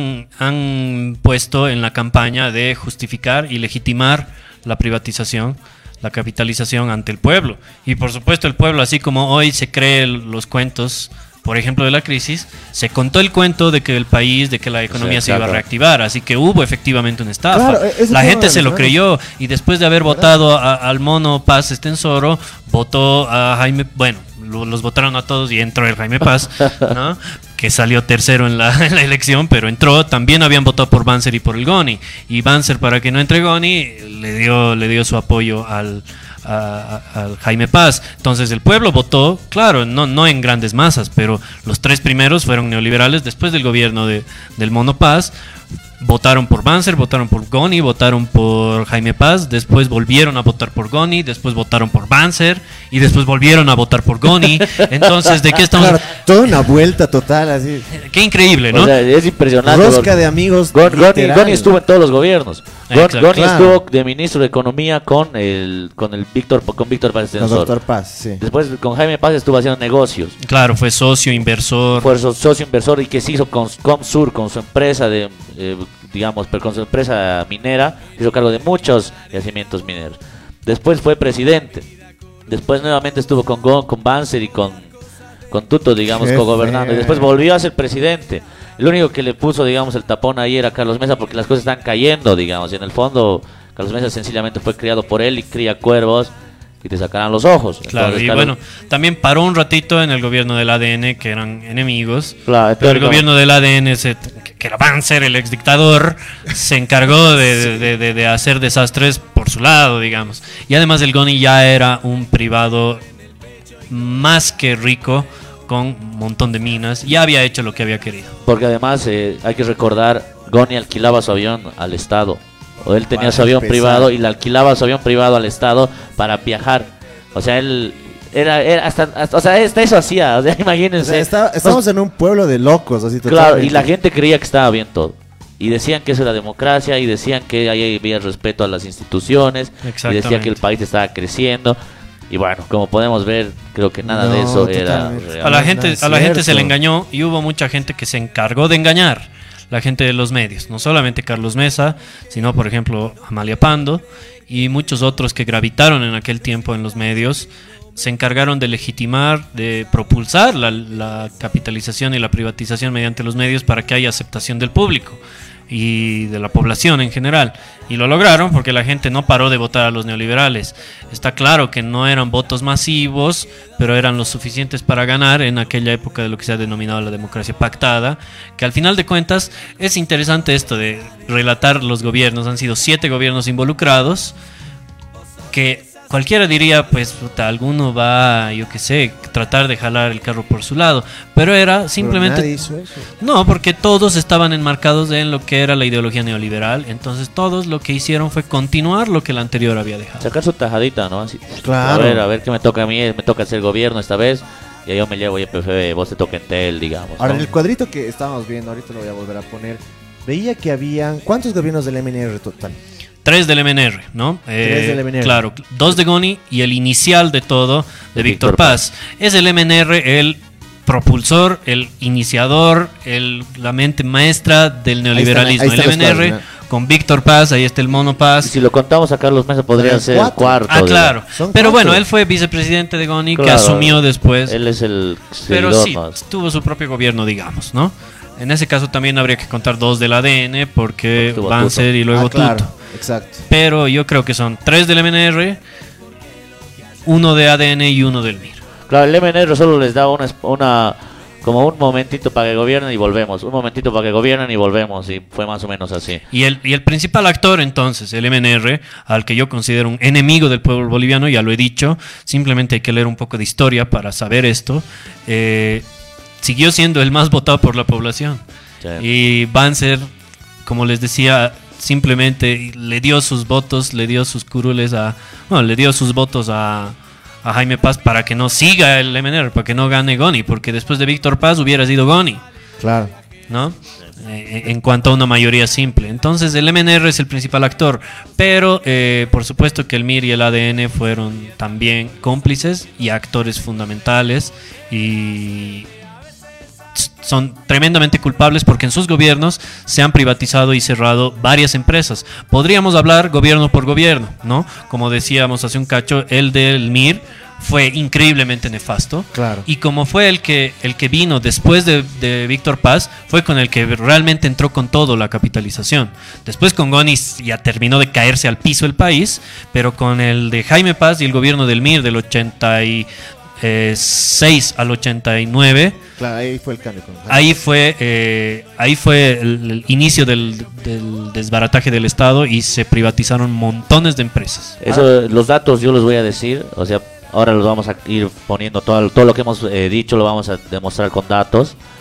han puesto en la campaña de justificar y legitimar la privatización, la capitalización ante el pueblo. Y por supuesto el pueblo, así como hoy se cree los cuentos, por ejemplo, de la crisis, se contó el cuento de que el país, de que la economía Sí, se iba a claro. reactivar, así que hubo efectivamente una estafa. Claro, eso La fue gente una se lo de las creyó y después de haber votado al mono Paz Estensoro, votó a Jaime, bueno, los votaron a todos y entró el Jaime Paz, ¿no? Que salió tercero en la elección, pero entró. También habían votado por Banzer y por el Goni, y Banzer, para que no entre Goni, le dio su apoyo al Jaime Paz. Entonces el pueblo votó, claro, no en grandes masas, pero los tres primeros fueron neoliberales. Después del gobierno del Mono Paz Votaron por Banzer, votaron por Goni, votaron por Jaime Paz, después volvieron a votar por Goni, después votaron por Banzer y después volvieron a votar por Goni. Entonces, ¿de qué estamos? Claro, toda una vuelta total así. Qué increíble, ¿no? O sea, es impresionante. Rosca de amigos. Goni estuvo en todos los gobiernos. Exacto. Goni Claro. estuvo de ministro de Economía con Víctor Paz Con Extensor. Doctor Paz, sí. Después con Jaime Paz estuvo haciendo negocios. Claro, fue socio, inversor. Fue socio inversor y que se hizo con Comsur, con su empresa de, digamos, pero con su empresa minera, hizo cargo de muchos yacimientos mineros. Después fue presidente. Después nuevamente estuvo con Banzer y con Tuto, digamos, Jefe. cogobernando. Y después volvió a ser presidente. El único que le puso, digamos, el tapón ahí era Carlos Mesa porque las cosas están cayendo, digamos. Y en el fondo, Carlos Mesa sencillamente fue criado por él y cría cuervos y te sacarán los ojos. Claro, Entonces, y bueno, también paró un ratito en el gobierno del ADN, que eran enemigos. Claro, Pero el entonces, gobierno del ADN, que era Banzer, el exdictador, se encargó de hacer desastres por su lado, digamos. Y además el Goni ya era un privado más que rico, con un montón de minas. Ya había hecho lo que había querido. Porque además hay que recordar, Goni alquilaba su avión al Estado. O él tenía Para su avión empezar. privado y le alquilaba su avión privado al Estado para viajar. O sea, él era hasta eso hacía. O sea, O imagínense. sea, estamos en un pueblo de locos, así Claro, totalmente. y la gente creía que estaba bien todo. Y decían que eso era democracia, y decían que ahí había respeto a las instituciones, y decían que el Exactamente. país estaba creciendo. Y bueno, como podemos ver, creo que nada de No, eso era totalmente. real. A la No, gente, no es a la gente se cierto. le engañó y hubo mucha gente que se encargó de engañar. La gente de los medios, no solamente Carlos Mesa, sino por ejemplo Amalia Pando y muchos otros que gravitaron en aquel tiempo en los medios, se encargaron de legitimar, de propulsar la capitalización y la privatización mediante los medios para que haya aceptación del público y de la población en general. Y lo lograron porque la gente no paró de votar a los neoliberales. Está claro que no eran votos masivos, pero eran los suficientes para ganar en aquella época de lo que se ha denominado la democracia pactada, que al final de cuentas es interesante esto de relatar los gobiernos. Han sido 7 gobiernos involucrados, que cualquiera diría, pues, puta, alguno va, yo qué sé, tratar de jalar el carro por su lado, pero era Pero simplemente... nadie hizo eso. No, porque todos estaban enmarcados en lo que era la ideología neoliberal, entonces todos lo que hicieron fue continuar lo que el anterior había dejado. Sacar su tajadita, ¿no? Así, Claro. a ver qué me toca a mí, me toca hacer gobierno esta vez, y yo me llevo YPF, vos te toca Entel, digamos. Ahora, ¿no? en el cuadrito que estábamos viendo, ahorita lo voy a volver a poner, veía que habían... ¿Cuántos gobiernos del MNR total? 3 del MNR, ¿no? 3 del MNR. Claro, 2 de Goni y el inicial de todo de Víctor Víctor Paz. Es el MNR el propulsor, el iniciador, la mente maestra del neoliberalismo. ahí están El los MNR cuadros, con Víctor Paz, ahí está el Mono Y Paz. si lo contamos a Carlos Mesa podría Son ser el 4. cuarto. Ah, claro. Son Pero 4. bueno, él fue vicepresidente de Goni, que Claro. asumió después. Él es el Pero seguidor, sí, ¿no? tuvo su propio gobierno, digamos, ¿no? En ese caso también habría que contar 2 del ADN, porque Tuvo Banzer y luego claro, Tuto. exacto. Pero yo creo que son 3 del MNR, 1 de ADN y 1 del MIR. Claro, el MNR solo les da como un momentito para que gobiernen y volvemos. Un momentito para que gobiernen y volvemos. Y fue más o menos así. Y el principal actor entonces, el MNR, al que yo considero un enemigo del pueblo boliviano, ya lo he dicho, simplemente hay que leer un poco de historia para saber esto, siguió siendo el más votado por la población. Sí. Y Banzer, como les decía, simplemente le dio sus votos, le dio sus curules le dio sus votos a Jaime Paz para que no siga el MNR, para que no gane Goni, porque después de Víctor Paz hubiera sido Goni, Claro. ¿no? En cuanto a una mayoría simple. Entonces el MNR es el principal actor, pero por supuesto que el MIR y el ADN fueron también cómplices y actores fundamentales y son tremendamente culpables porque en sus gobiernos se han privatizado y cerrado varias empresas. Podríamos hablar gobierno por gobierno, ¿no? Como decíamos hace un cacho, el del MIR fue increíblemente nefasto. Claro. Y como fue el que vino después de Víctor Paz, fue con el que realmente entró con todo la capitalización. Después con Goni ya terminó de caerse al piso el país, pero con el de Jaime Paz y el gobierno del MIR del 86 al 89, Claro, ahí fue el cambio. ahí fue el inicio del desbarataje del Estado y se privatizaron montones de empresas. Eso, los datos yo los voy a decir. O sea, ahora los vamos a ir poniendo. Todo lo que hemos dicho lo vamos a demostrar con datos.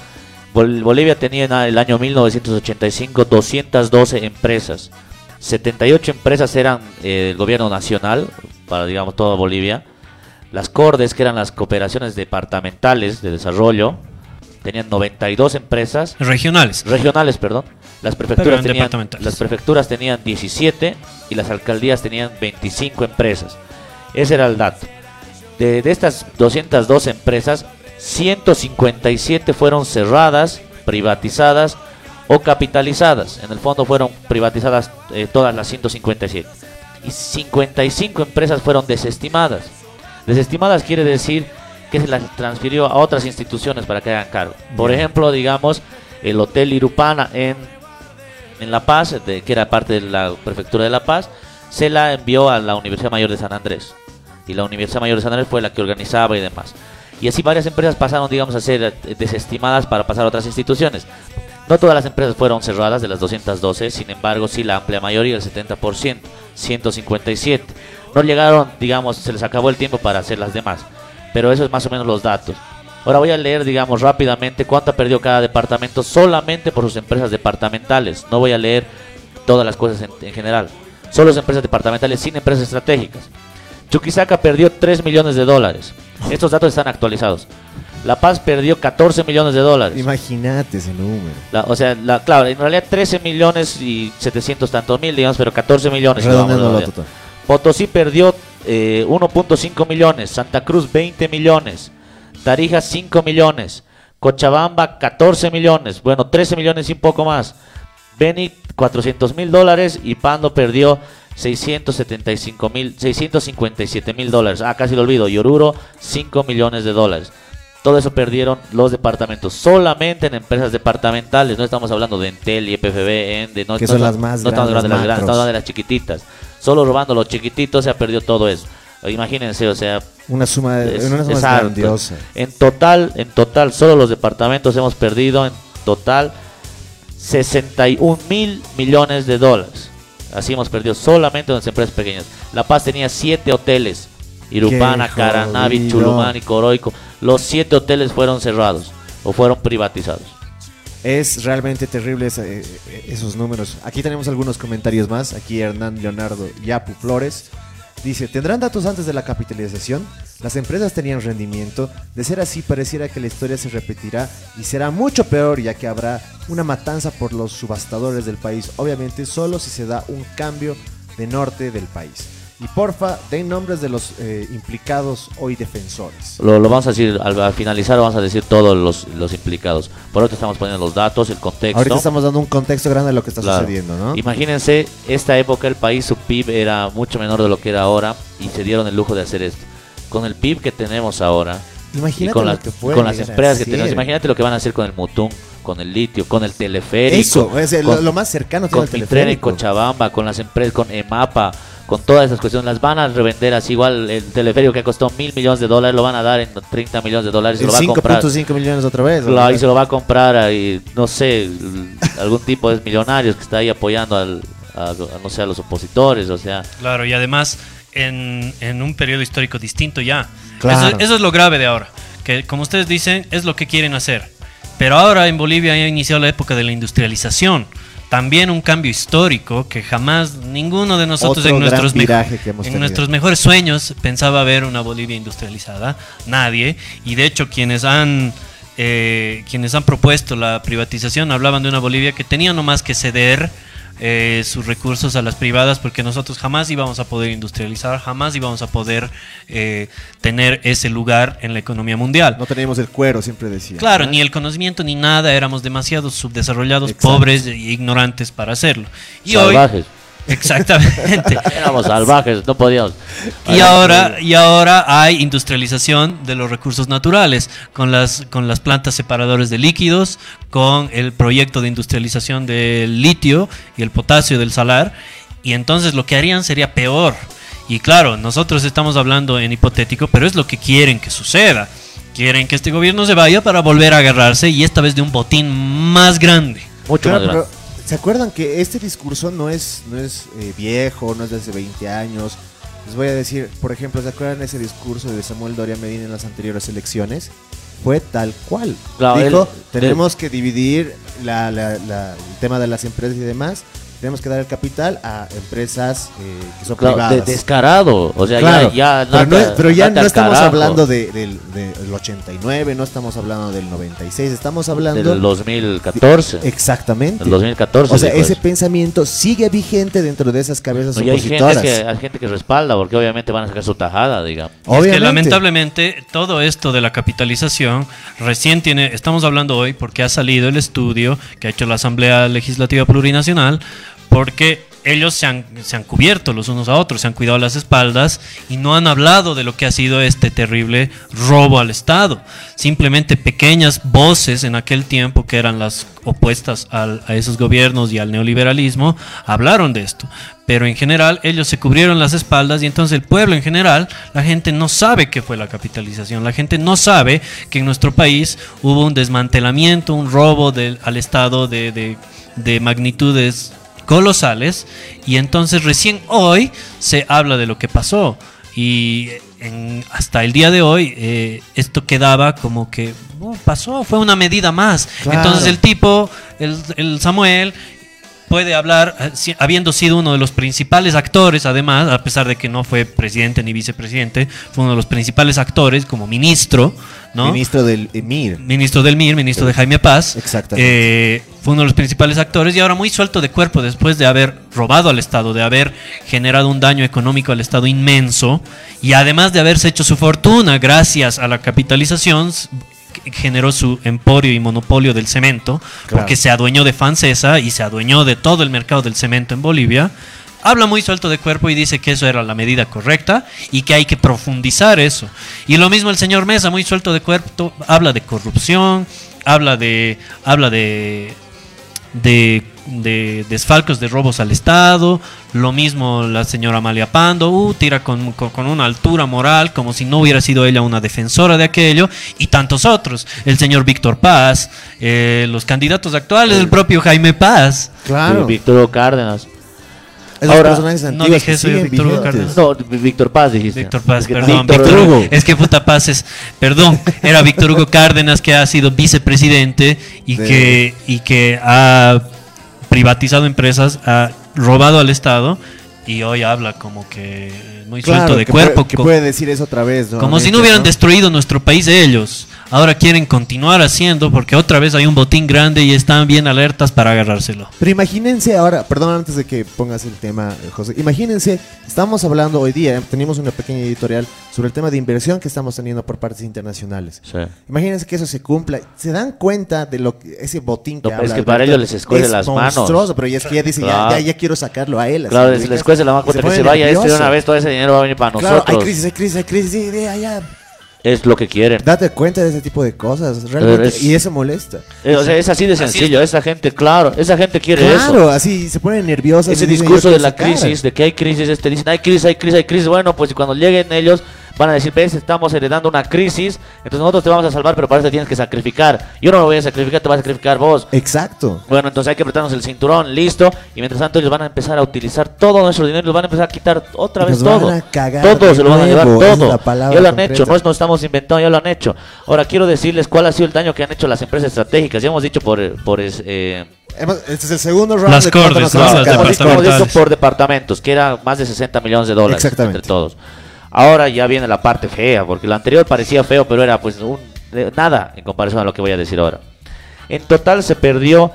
Bolivia tenía en el año 1985 212 empresas. 78 empresas eran el gobierno nacional, para digamos toda Bolivia. Las CORDES, que eran las cooperaciones departamentales de desarrollo, tenían 92 empresas. Regionales. Regionales, perdón. Las Pero prefecturas tenían 17 y las alcaldías tenían 25 empresas. Ese era el dato. De estas 202 empresas, 157 fueron cerradas, privatizadas o capitalizadas. En el fondo fueron privatizadas todas las 157. Y 55 empresas fueron desestimadas. Desestimadas quiere decir que se las transfirió a otras instituciones para que hagan cargo. Por ejemplo, digamos, el Hotel Irupana en La Paz, que era parte de la prefectura de La Paz, se la envió a la Universidad Mayor de San Andrés. Y la Universidad Mayor de San Andrés fue la que organizaba y demás. Y así varias empresas pasaron, digamos, a ser desestimadas para pasar a otras instituciones. No todas las empresas fueron cerradas de las 212, sin embargo, sí la amplia mayoría, el 70%, 157. No llegaron, digamos, se les acabó el tiempo para hacer las demás. Pero eso es más o menos los datos. Ahora voy a leer, digamos, rápidamente cuánto ha perdido cada departamento solamente por sus empresas departamentales. No voy a leer todas las cosas en general. Solo las empresas departamentales sin empresas estratégicas. Chuquisaca perdió 3 millones de dólares. Estos datos están actualizados. La Paz perdió 14 millones de dólares. Imagínate ese número. Claro, en realidad 13 millones y 700 tantos mil, digamos, pero 14 millones. Potosí perdió 1.5 millones. Santa Cruz 20 millones. Tarija 5 millones. Cochabamba 14 millones. Bueno, 13 millones y un poco más. Beni 400 mil dólares. Y Pando perdió 657 mil dólares. Casi lo olvido. Y Oruro 5 millones de dólares. Todo eso perdieron los departamentos solamente en empresas departamentales. No estamos hablando de Entel y EPFB, Ende, no, que son las más no grandes, estamos hablando de las grandes, estamos hablando de las chiquititas. Solo robando los chiquititos se ha perdido todo eso. Imagínense, o sea, una suma grandiosa. En total, solo los departamentos hemos perdido en total 61 mil millones de dólares. Así hemos perdido solamente en las empresas pequeñas. La Paz tenía 7 hoteles. Irupana, Caranavi, Chulumani, Coroico. Los 7 hoteles fueron cerrados o fueron privatizados. Es realmente terrible esos números. Aquí tenemos algunos comentarios más. Aquí Hernán Leonardo Yapu Flores dice: ¿tendrán datos antes de la capitalización? Las empresas tenían rendimiento. De ser así, pareciera que la historia se repetirá y será mucho peor, ya que habrá una matanza por los subastadores del país. Obviamente solo si se da un cambio de norte del país. Y porfa, den nombres de los implicados hoy defensores. Lo vamos a decir, al finalizar vamos a decir todos los implicados. Por ahora estamos poniendo los datos, el contexto. Ahorita estamos dando un contexto grande de lo que está sucediendo, ¿no? Imagínense, esta época el país, su PIB era mucho menor de lo que era ahora y se dieron el lujo de hacer esto. Con el PIB que tenemos ahora, imagínate y con, lo que puede con las empresas que hacer. tenemos, imagínate lo que van a hacer con el Mutún, con el litio, con el teleférico. Eso, es lo más cercano con el Tren en teleférico. Cochabamba, con las empresas, con EMAPA, con todas esas cuestiones, las van a revender así. Igual el teleférico que costó $1.000 millones, lo van a dar en 30 millones de dólares. En 5.5 millones otra vez. Claro, y se lo va a comprar ahí, no sé, algún tipo de millonarios que está ahí apoyando a los opositores, o sea. Claro, y además en un periodo histórico distinto ya. Claro. Eso es lo grave de ahora, que como ustedes dicen, es lo que quieren hacer. Pero ahora en Bolivia ha iniciado la época de la industrialización. También un cambio histórico que jamás ninguno de nosotros en nuestros mejores sueños pensaba ver una Bolivia industrializada. Nadie. Y de hecho quienes han propuesto la privatización hablaban de una Bolivia que tenía nomás que ceder sus recursos a las privadas, porque nosotros jamás íbamos a poder industrializar, jamás íbamos a poder tener ese lugar en la economía mundial. No teníamos el cuero, siempre decía. Claro, ni el conocimiento ni nada, éramos demasiado subdesarrollados, exacto, pobres e ignorantes para hacerlo. Y salvajes. Hoy, exactamente. Éramos salvajes, no podíamos. Y ahora hay industrialización de los recursos naturales con las plantas separadoras de líquidos, con el proyecto de industrialización del litio y el potasio del salar, y entonces lo que harían sería peor. Y claro, nosotros estamos hablando en hipotético, pero es lo que quieren que suceda. Quieren que este gobierno se vaya para volver a agarrarse, y esta vez de un botín más grande. Mucho más grande. ¿Se acuerdan que este discurso no es viejo, no es de hace 20 años? Les voy a decir, por ejemplo, ¿se acuerdan ese discurso de Samuel Doria Medina en las anteriores elecciones? fue tal cual. Claro, Dijo, él- tenemos que dividir el tema de las empresas y demás. Tenemos que dar el capital a empresas que son Claro, privadas. descarado. O sea, Claro, ya pero ya nada no estamos carajo. hablando del 89, no estamos hablando del 96, estamos hablando Del 2014. exactamente. Del 2014. O sea, dijo ese eso. pensamiento sigue vigente dentro de esas cabezas No, y opositoras. hay gente que respalda, porque obviamente van a sacar su tajada, digamos. Es que Obviamente. lamentablemente todo esto de la capitalización recién estamos hablando hoy porque ha salido el estudio que ha hecho la Asamblea Legislativa Plurinacional, porque ellos se han cubierto los unos a otros, se han cuidado las espaldas y no han hablado de lo que ha sido este terrible robo al Estado. Simplemente pequeñas voces en aquel tiempo que eran las opuestas a esos gobiernos y al neoliberalismo hablaron de esto. Pero en general ellos se cubrieron las espaldas y entonces el pueblo en general, la gente no sabe qué fue la capitalización, la gente no sabe que en nuestro país hubo un desmantelamiento, un robo al Estado de magnitudes colosales, y entonces recién hoy se habla de lo que pasó y hasta el día de hoy esto quedaba como que pasó, fue una medida más. Claro. Entonces el tipo, el Samuel puede hablar habiendo sido uno de los principales actores, además, a pesar de que no fue presidente ni vicepresidente, fue uno de los principales actores como ministro, ¿no? Ministro del MIR. Ministro del MIR, ministro de Jaime Paz. Exactamente. Fue uno de los principales actores y ahora muy suelto de cuerpo después de haber robado al Estado, de haber generado un daño económico al Estado inmenso y además de haberse hecho su fortuna gracias a la capitalización, generó su emporio y monopolio del cemento, Claro. porque se adueñó de Fancesa y se adueñó de todo el mercado del cemento en Bolivia. Habla muy suelto de cuerpo y dice que eso era la medida correcta y que hay que profundizar eso. Y lo mismo el señor Mesa, muy suelto de cuerpo, habla de corrupción, habla de desfalcos de robos al Estado. Lo mismo la señora Amalia Pando, tira con una altura moral como si no hubiera sido ella una defensora de aquello, y tantos otros, el señor Víctor Paz, los candidatos actuales, el propio Jaime Paz. Claro. Víctor Hugo Cárdenas. Esos Ahora, personajes no antiguos dije que eso, yo, siguen Víctor Hugo vigentes. Cárdenas. No, Víctor Paz dijiste. Víctor Paz, Es que perdón, Víctor Hugo. Es que puta Paz perdón, era Víctor Hugo Cárdenas, que ha sido vicepresidente y que ha privatizado empresas, ha robado al Estado y hoy habla como que muy suelto Claro, de que cuerpo, que puede decir eso otra vez. como si no nuevamente, hubieran destruido nuestro país ellos. Ahora quieren continuar haciendo porque otra vez hay un botín grande y están bien alertas para agarrárselo. Pero imagínense ahora, perdón, antes de que pongas el tema, José, imagínense, estamos hablando hoy día, tenemos una pequeña editorial sobre el tema de inversión que estamos teniendo por partes internacionales. Sí. Imagínense que eso se cumpla, se dan cuenta de lo que ese botín que No, habla es que Alberto, para ellos les escuece es las manos. monstruoso, pero ya es que ya dice, Claro. ya quiero sacarlo a él. así, Claro, ubicas, les cuesta la mano y se que pone se vaya esto de nervioso. una vez, todo ese dinero va a venir para Claro, nosotros. hay crisis, sí, ya. Es lo que quieren. Date cuenta de ese tipo de cosas, realmente, es- y eso molesta. O sea, es así de sencillo. Esa gente, claro, esa gente quiere Claro, eso. así se ponen nerviosos. Ese y dicen, discurso "Yo de quiero la sacar". crisis, de que hay crisis, dicen, hay crisis. Bueno, pues cuando lleguen ellos van a decir, ves, estamos heredando una crisis, entonces nosotros te vamos a salvar, pero para eso tienes que sacrificar. Yo no me voy a sacrificar, te vas a sacrificar vos. Exacto. Bueno, entonces hay que apretarnos el cinturón, listo. Y mientras tanto ellos van a empezar a utilizar todo nuestro dinero, los van a empezar a quitar otra Y vez nos van todo. a cagar Todo de se lo van a llevar, nuevo, esa es todo. la palabra Ya lo han concreta. hecho, no es- no estamos inventando, ya lo han hecho. Ahora quiero decirles cuál ha sido el daño que han hecho las empresas estratégicas. Ya hemos dicho Este es el segundo round Las de cuánto cordes, nos ¿no? vamos a Las sacar. hemos dicho por departamentales. departamentos, que era más de 60 millones de dólares Exactamente. entre todos. Ahora ya viene la parte fea, porque lo anterior parecía feo, pero era pues nada en comparación a lo que voy a decir ahora. En total se perdió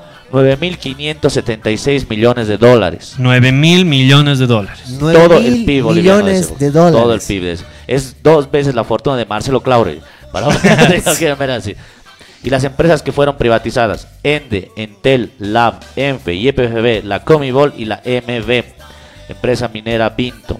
9.576 millones de dólares. 9.000 millones de dólares. 9 Todo mil el PIB boliviano millones ese, de dólares. Todo el PIB es 2 veces la fortuna de Marcelo Claure. Para que no quieran ver así. Y las empresas que fueron privatizadas: Ende, Entel, Lab, Enfe, YPFB, la Comibol y la MB, empresa minera Pinto.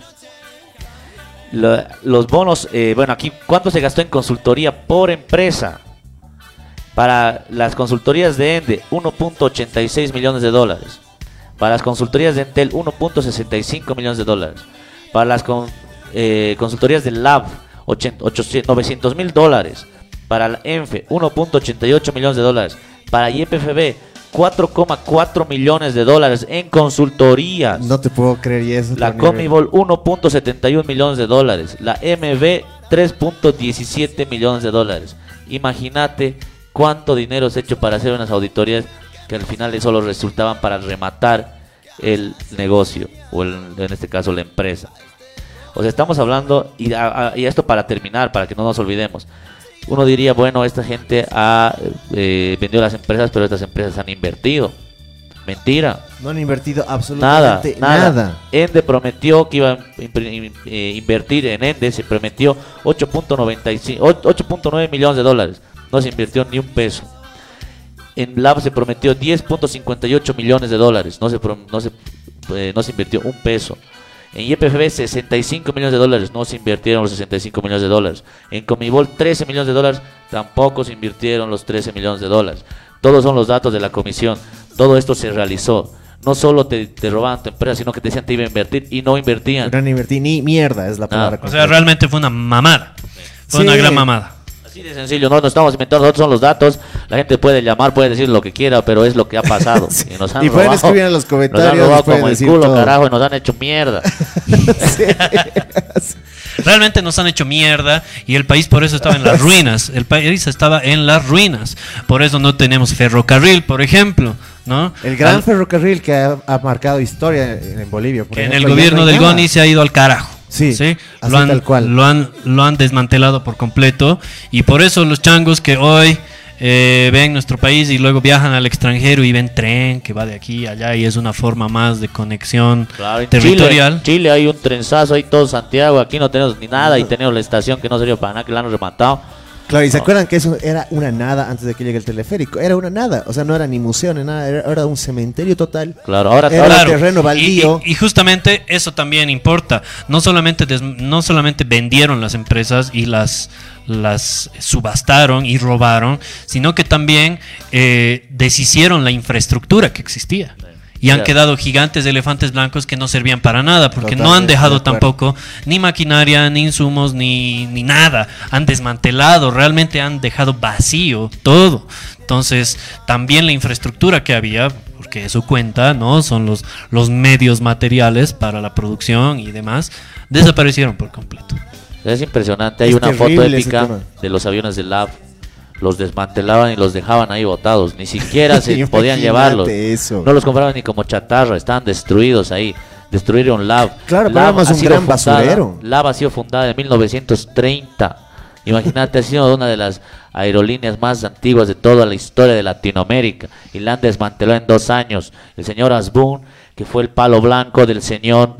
Los bonos, bueno, aquí, ¿cuánto se gastó en consultoría por empresa? Para las consultorías de Ende, 1.86 millones de dólares. Para las consultorías de Entel, 1.65 millones de dólares. Para las consultorías de Lab, 900 mil dólares. Para la Enfe, 1.88 millones de dólares. Para YPFB, 4,4 millones de dólares en consultorías. No te puedo creer, y eso. La también. Comibol, 1.71 millones de dólares. La MB, 3.17 millones de dólares. Imagínate cuánto dinero se ha hecho para hacer unas auditorías que al final solo resultaban para rematar el negocio, o en este caso la empresa. O sea, estamos hablando, y esto para terminar, para que no nos olvidemos. Uno diría, bueno, esta gente ha vendido las empresas, pero estas empresas han invertido. Mentira. No han invertido absolutamente nada. Ende prometió que iba a invertir en Ende, se prometió 8.9 millones de dólares. No se invirtió ni un peso. En LAV se prometió 10.58 millones de dólares. No se invirtió un peso. En YPFB 65 millones de dólares, no se invirtieron los 65 millones de dólares. En Comibol 13 millones de dólares, tampoco se invirtieron los 13 millones de dólares. Todos son los datos de la comisión. Todo esto se realizó. No solo te robaban tu empresa, sino que te decían que te iba a invertir y no invertían. No invertí ni mierda, es la palabra. O sea, realmente fue una mamada. Fue una gran mamada. Así de sencillo, no nos estamos inventando, nosotros son los datos. La gente puede llamar, puede decir lo que quiera, pero es lo que ha pasado. Sí. Y nos han pueden robado, escribir en los comentarios. Nos han robado como el decir culo, todo. carajo, y nos han hecho mierda. Realmente nos han hecho mierda y el país por eso estaba en las ruinas. El país estaba en las ruinas. Por eso no tenemos ferrocarril, por ejemplo, ¿no? El gran ferrocarril que ha marcado historia en Bolivia. Por Que en ejemplo, el gobierno ya no hay del nada. Goni se ha ido al carajo. Sí, así tal cual. Lo han desmantelado por completo y por eso los changos que hoy ven nuestro país y luego viajan al extranjero y ven tren que va de aquí a allá y es una forma más de conexión Claro, en territorial. Chile hay un trenzazo, hay todo Santiago, aquí no tenemos ni nada y tenemos la estación que no sirvió para nada, que la han rematado. Claro, y se acuerdan que eso era una nada antes de que llegue el teleférico. Era una nada, o sea, no era ni museo ni nada, era un cementerio total. Claro, ahora Era Claro, terreno baldío. y justamente eso también importa. No solamente vendieron las empresas y las subastaron y robaron, sino que también deshicieron la infraestructura que existía. Y han Claro. quedado gigantes elefantes blancos que no servían para nada, porque no han Totalmente dejado de acuerdo. tampoco ni maquinaria, ni insumos, ni nada. Han desmantelado, realmente han dejado vacío todo. Entonces, también la infraestructura que había, porque eso cuenta, ¿no? Son los medios materiales para la producción y demás, desaparecieron por completo. es impresionante. Hay Es una foto terrible ese épica tema. de los aviones de LAV. Los desmantelaban y los dejaban ahí botados. Ni siquiera se podían Imagínate llevarlos. eso. No los compraban ni como chatarra, estaban destruidos ahí. Destruyeron LAV. Claro, pero LAV era más ha un sido gran fundada- basurero. LAV ha sido fundada en 1930. Imagínate, ha sido una de las aerolíneas más antiguas de toda la historia de Latinoamérica. Y la han desmantelado en 2 años. El señor Asbun, que fue el palo blanco del señor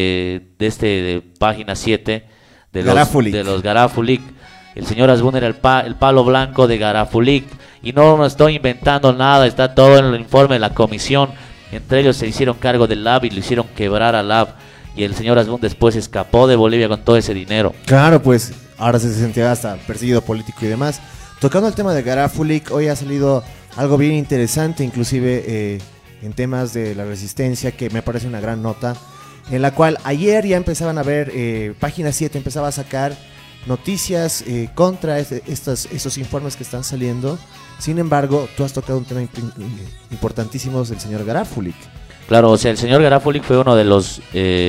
de página 7 de Garafulik. de los Garafulik. El señor Asbun era el palo blanco de Garafulik. Y no estoy inventando nada, está todo en el informe de la comisión. Entre ellos se hicieron cargo del LAV y lo hicieron quebrar al LAV. Y el señor Asbun después escapó de Bolivia con todo ese dinero. Claro, pues ahora se sentía hasta perseguido político y demás. Tocando el tema de Garafulik, hoy ha salido algo bien interesante, inclusive en temas de la resistencia, que me parece una gran nota, en la cual ayer ya empezaban a ver, página 7 empezaba a sacar noticias contra estos informes que están saliendo. Sin embargo, tú has tocado un tema importantísimo del señor Garafulik. Claro, o sea, el señor Garafulik fue uno de los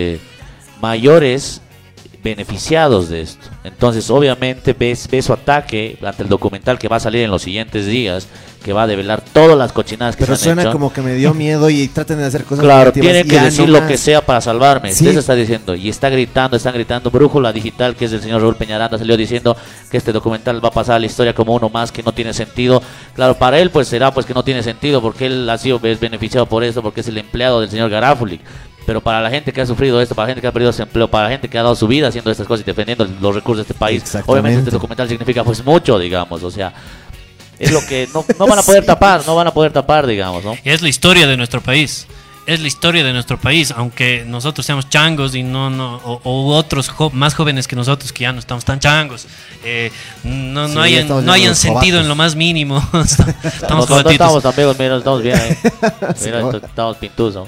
mayores beneficiados de esto. Entonces, obviamente, ves su ataque ante el documental que va a salir en los siguientes días, que va a develar todas las cochinadas que Pero se han suena hecho. como que me dio miedo y traten de hacer cosas Claro, negativas. tienen que Ya decir no lo más. que sea para salvarme. Sí. Eso está diciendo. Y están gritando. Brújula Digital, que es del señor Raúl Peñaranda, salió diciendo que este documental va a pasar a la historia como uno más, que no tiene sentido. Claro, para él pues será pues que no tiene sentido, porque él ha sido beneficiado por esto, porque es el empleado del señor Garafulik. Pero para la gente que ha sufrido esto, para la gente que ha perdido su empleo, para la gente que ha dado su vida haciendo estas cosas y defendiendo los recursos de este país, Exactamente. obviamente este documental significa pues mucho, digamos. O sea, es lo que no van a poder tapar, digamos, ¿no? Y es la historia de nuestro país. Es la historia de nuestro país, aunque nosotros seamos changos y o otros más jóvenes que nosotros que ya no estamos tan changos, no Sí, hayan, estamos no ya hayan los sentido jovatos. en lo más mínimo. Estamos Nosotros jovatitos. estamos amigos, mira, estamos bien ahí. Mira, Sí, estamos pintusos.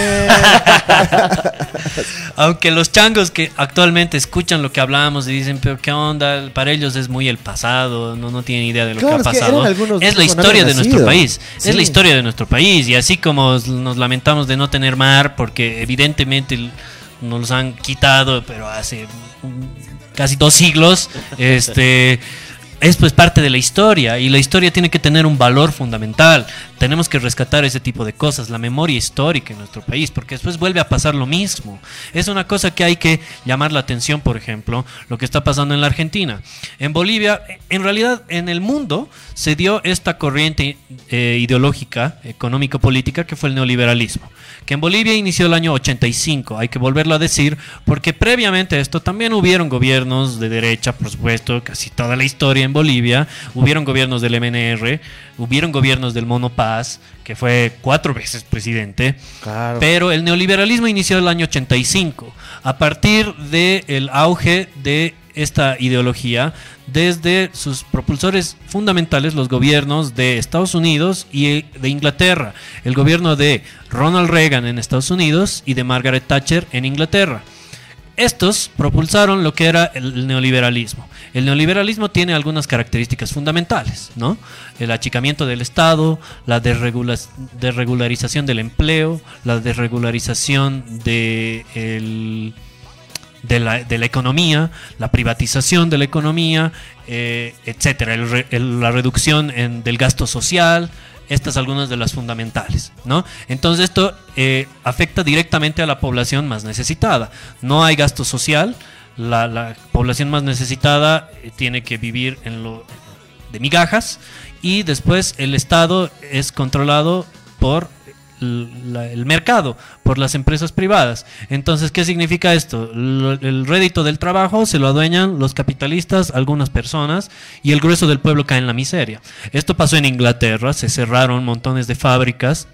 Aunque los changos que actualmente escuchan lo que hablamos y dicen, pero qué onda, para ellos es muy el pasado, no tienen idea de lo Claro, que ha es que pasado. eran algunos Es la que no historia habían de nuestro nacido. país, Sí. es la historia de nuestro país. Y así como nos lamentamos de no tener mar, porque evidentemente nos los han quitado, pero hace casi 2 siglos, esto es parte de la historia y la historia tiene que tener un valor fundamental. Tenemos que rescatar ese tipo de cosas, la memoria histórica en nuestro país, porque después vuelve a pasar lo mismo. Es una cosa que hay que llamar la atención, por ejemplo, lo que está pasando en la Argentina. En Bolivia, en realidad en el mundo se dio esta corriente ideológica, económico-política, que fue el neoliberalismo, que en Bolivia inició el año 85, hay que volverlo a decir, porque previamente a esto también hubieron gobiernos de derecha, por supuesto, casi toda la historia en Bolivia, hubieron gobiernos del MNR, hubieron gobiernos del Mono Paz, que fue 4 veces presidente, Claro. pero el neoliberalismo inició el año 85, a partir del auge de esta ideología, desde sus propulsores fundamentales, los gobiernos de Estados Unidos y de Inglaterra, el gobierno de Ronald Reagan en Estados Unidos y de Margaret Thatcher en Inglaterra. Estos propulsaron lo que era el neoliberalismo. El neoliberalismo tiene algunas características fundamentales, ¿no? El achicamiento del Estado, la desregularización del empleo, la desregularización de la economía, la privatización de la economía, etcétera, la reducción del gasto social. Estas algunas de las fundamentales, ¿no? Entonces esto afecta directamente a la población más necesitada. No hay gasto social, la población más necesitada tiene que vivir de migajas, y después el Estado es controlado por el mercado, por las empresas privadas. Entonces, ¿qué significa esto? El rédito del trabajo se lo adueñan los capitalistas, algunas personas, y el grueso del pueblo cae en la miseria. Esto pasó en Inglaterra, se cerraron montones de fábricas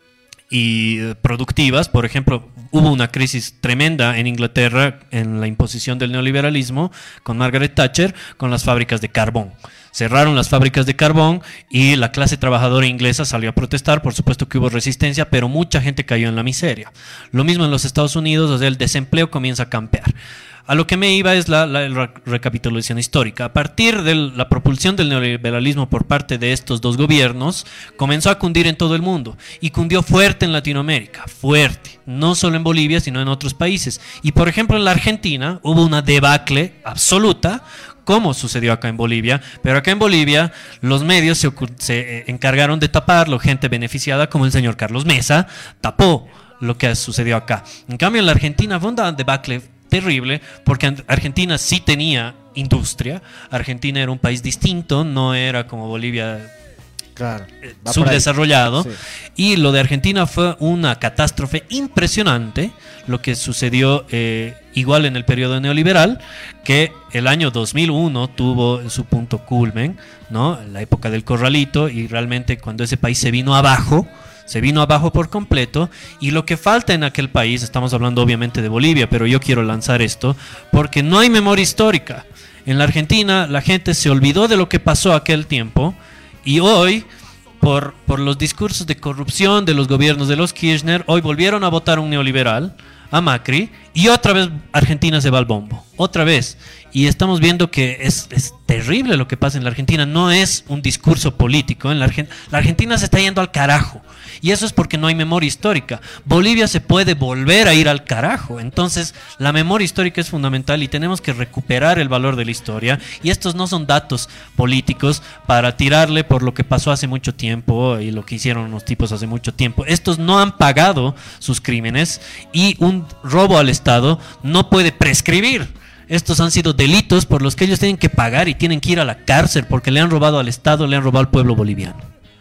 y productivas. Por ejemplo, hubo una crisis tremenda en Inglaterra en la imposición del neoliberalismo con Margaret Thatcher, con las fábricas de carbón. Cerraron las fábricas de carbón y la clase trabajadora inglesa salió a protestar. Por supuesto que hubo resistencia, pero mucha gente cayó en la miseria. Lo mismo en los Estados Unidos, o sea, el desempleo comienza a campear. A lo que me iba es la recapitulación histórica. A partir de la propulsión del neoliberalismo por parte de estos dos gobiernos, comenzó a cundir en todo el mundo, y cundió fuerte en Latinoamérica, fuerte, no solo en Bolivia, sino en otros países. Y por ejemplo en la Argentina hubo una debacle absoluta, como sucedió acá en Bolivia, pero acá en Bolivia los medios se encargaron de taparlo. Gente beneficiada como el señor Carlos Mesa tapó lo que sucedió acá. En cambio en la Argentina fue una debacle terrible, porque Argentina sí tenía industria. Argentina era un país distinto, no era como Bolivia, Claro. subdesarrollado. Sí. Y lo de Argentina fue una catástrofe impresionante, lo que sucedió igual en el periodo neoliberal, que el año 2001 tuvo su punto culmen, ¿no? La época del corralito, y realmente cuando ese país se vino abajo por completo. Y lo que falta en aquel país, estamos hablando obviamente de Bolivia, pero yo quiero lanzar esto porque no hay memoria histórica. En la Argentina la gente se olvidó de lo que pasó aquel tiempo, y hoy, por los discursos de corrupción de los gobiernos de los Kirchner, hoy volvieron a votar un neoliberal, a Macri, y otra vez Argentina se va al bombo, otra vez. Y estamos viendo que es terrible lo que pasa en la Argentina. No es un discurso político. La Argentina se está yendo al carajo, y eso es porque no hay memoria histórica. Bolivia se puede volver a ir al carajo. Entonces la memoria histórica es fundamental, y tenemos que recuperar el valor de la historia. Y estos no son datos políticos para tirarle por lo que pasó hace mucho tiempo y lo que hicieron los tipos hace mucho tiempo. Estos no han pagado sus crímenes, y un robo al Estado no puede prescribir. Estos han sido delitos por los que ellos tienen que pagar y tienen que ir a la cárcel, porque le han robado al Estado, le han robado al pueblo boliviano.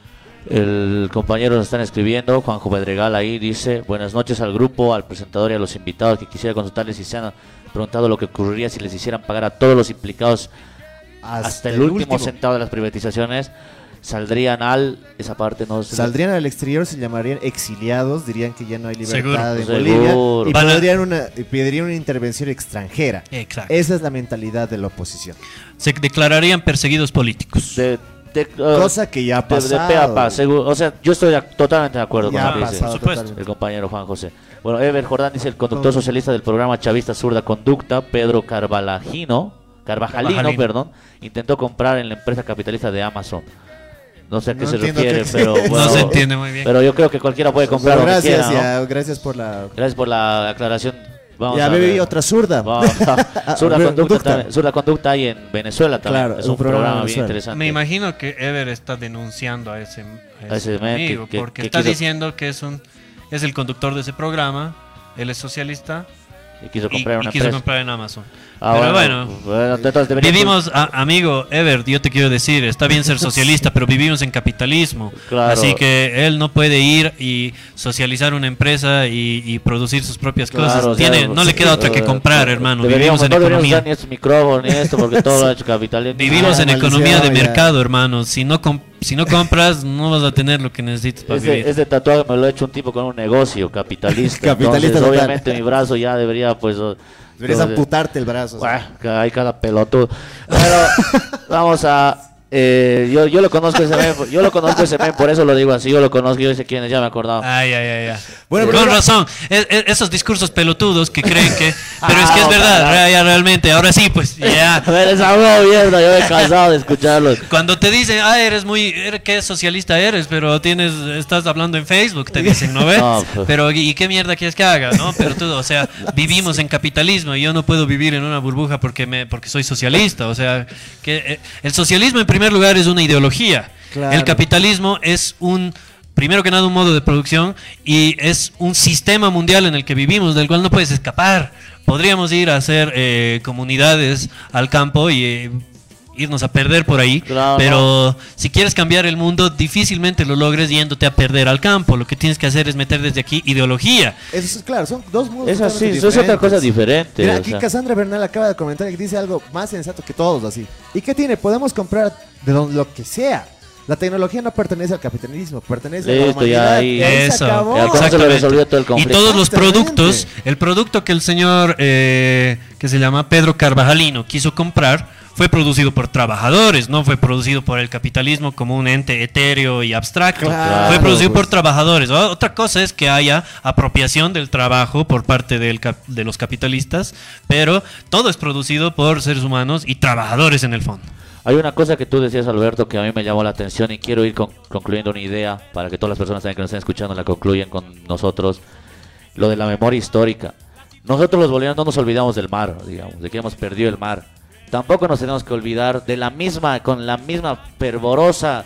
El compañero nos están escribiendo, Juanjo Pedregal ahí dice: buenas noches al grupo, al presentador y a los invitados, que quisiera consultarles si se han preguntado lo que ocurriría si les hicieran pagar a todos los implicados hasta el último centavo de las privatizaciones. Saldrían esa parte no se Saldrían al exterior, se llamarían exiliados, dirían que ya no hay libertad Seguro. en Seguro. Bolivia, y pedirían una intervención extranjera. Exacto. Esa es la mentalidad de la oposición. Se declararían perseguidos políticos. Cosa que ya ha pasado. De pe a pa, seguro. O sea, yo estoy totalmente de acuerdo Ya ha con lo que dice pasado Por supuesto. totalmente. el compañero Juan José. Bueno, Ever Jordán dice: el conductor socialista del programa chavista Zurda Conducta, Pedro Carvajalino, perdón, intentó comprar en la empresa capitalista de Amazon. No sé a qué No se entiendo refiere, qué- pero bueno, No se entiende muy bien. pero yo creo que cualquiera puede comprar Pero lo que gracias, quiera, ¿no? gracias por la... Gracias por la aclaración. Vamos Ya a viví ver. otra zurda. Zurda Conducta. Conducta, Zurda Conducta hay en Venezuela también. Claro, es un programa bien Venezuela. interesante. Me imagino que Ever está denunciando a ese men amigo, que porque está quiso- diciendo que es el conductor de ese programa, él es socialista Y quiso y comprar una quiso empresa. comprar en Amazon. Ah, Pero bueno, entonces deberíamos- vivimos, amigo Ever, yo te quiero decir, está bien ser socialista, pero vivimos en capitalismo. Claro. Así que él no puede ir y socializar una empresa y producir sus propias Claro, cosas. o sea, No le queda otra que comprar, hermano. Deberíamos, Vivimos en no deberíamos economía. usar ni estos micrófonos ni esto porque todo lo ha hecho capitalismo. Vivimos en maldición, economía de ya. mercado, hermano. Si no compras, no vas a tener lo que necesitas para vivir. Este tatuaje me lo ha hecho un tipo con un negocio capitalista. Capitalista Entonces, total. obviamente mi brazo ya debería pues... Deberías entonces- amputarte el brazo. Buah, que hay cada pelotudo. Pero vamos a... yo lo conozco ese men, yo lo conozco ese men, por eso lo digo así, yo lo conozco, yo sé quién es, ya me acordaba. Ay, ay, ay, ay. Bueno, Con pero ahora- razón, esos discursos pelotudos que creen que... Pero es que es verdad, ya realmente, ahora sí, pues ya. A ver, esa mierda, yo me he cansado de escucharlos. Cuando te dicen, qué socialista eres, pero estás hablando en Facebook, te dicen, ¿no ves? No, pues. Pero, ¿y qué mierda quieres que haga, no? Pero tú, o sea, vivimos en capitalismo y yo no puedo vivir en una burbuja porque soy socialista, o sea, que el socialismo en primer lugar es una ideología. Claro. El capitalismo es primero que nada un modo de producción y es un sistema mundial en el que vivimos, del cual no puedes escapar. Podríamos ir a hacer comunidades al campo y irnos a perder por ahí, Claro, pero si quieres cambiar el mundo difícilmente lo logres yéndote a perder al campo. Lo que tienes que hacer es meter desde aquí ideología. Eso es claro, son dos mundos. Es así, totalmente eso es otra diferentes. cosa diferente. Mira, o aquí sea. Cassandra Bernal acaba de comentar que dice algo más sensato que todos así. ¿Y qué tiene? Podemos comprar lo que sea. La tecnología no pertenece al capitalismo, pertenece a la Listo, ya humanidad. ahí. Y ahí se Eso, acabó. Ya, con eso lo resolvió todo el Y conflicto. todos los Exactamente. productos, el producto que el señor que se llama Pedro Carvajalino quiso comprar fue producido por trabajadores, no fue producido por el capitalismo como un ente etéreo y abstracto. Claro, Fue producido pues. por trabajadores. Otra cosa es que haya apropiación del trabajo por parte de los capitalistas, pero todo es producido por seres humanos y trabajadores en el fondo. Hay una cosa que tú decías, Alberto, que a mí me llamó la atención y quiero ir concluyendo una idea para que todas las personas también que nos estén escuchando la concluyan con nosotros. Lo de la memoria histórica. Nosotros los bolivianos no nos olvidamos del mar, digamos, de que hemos perdido el mar. Tampoco nos tenemos que olvidar de con la misma fervorosa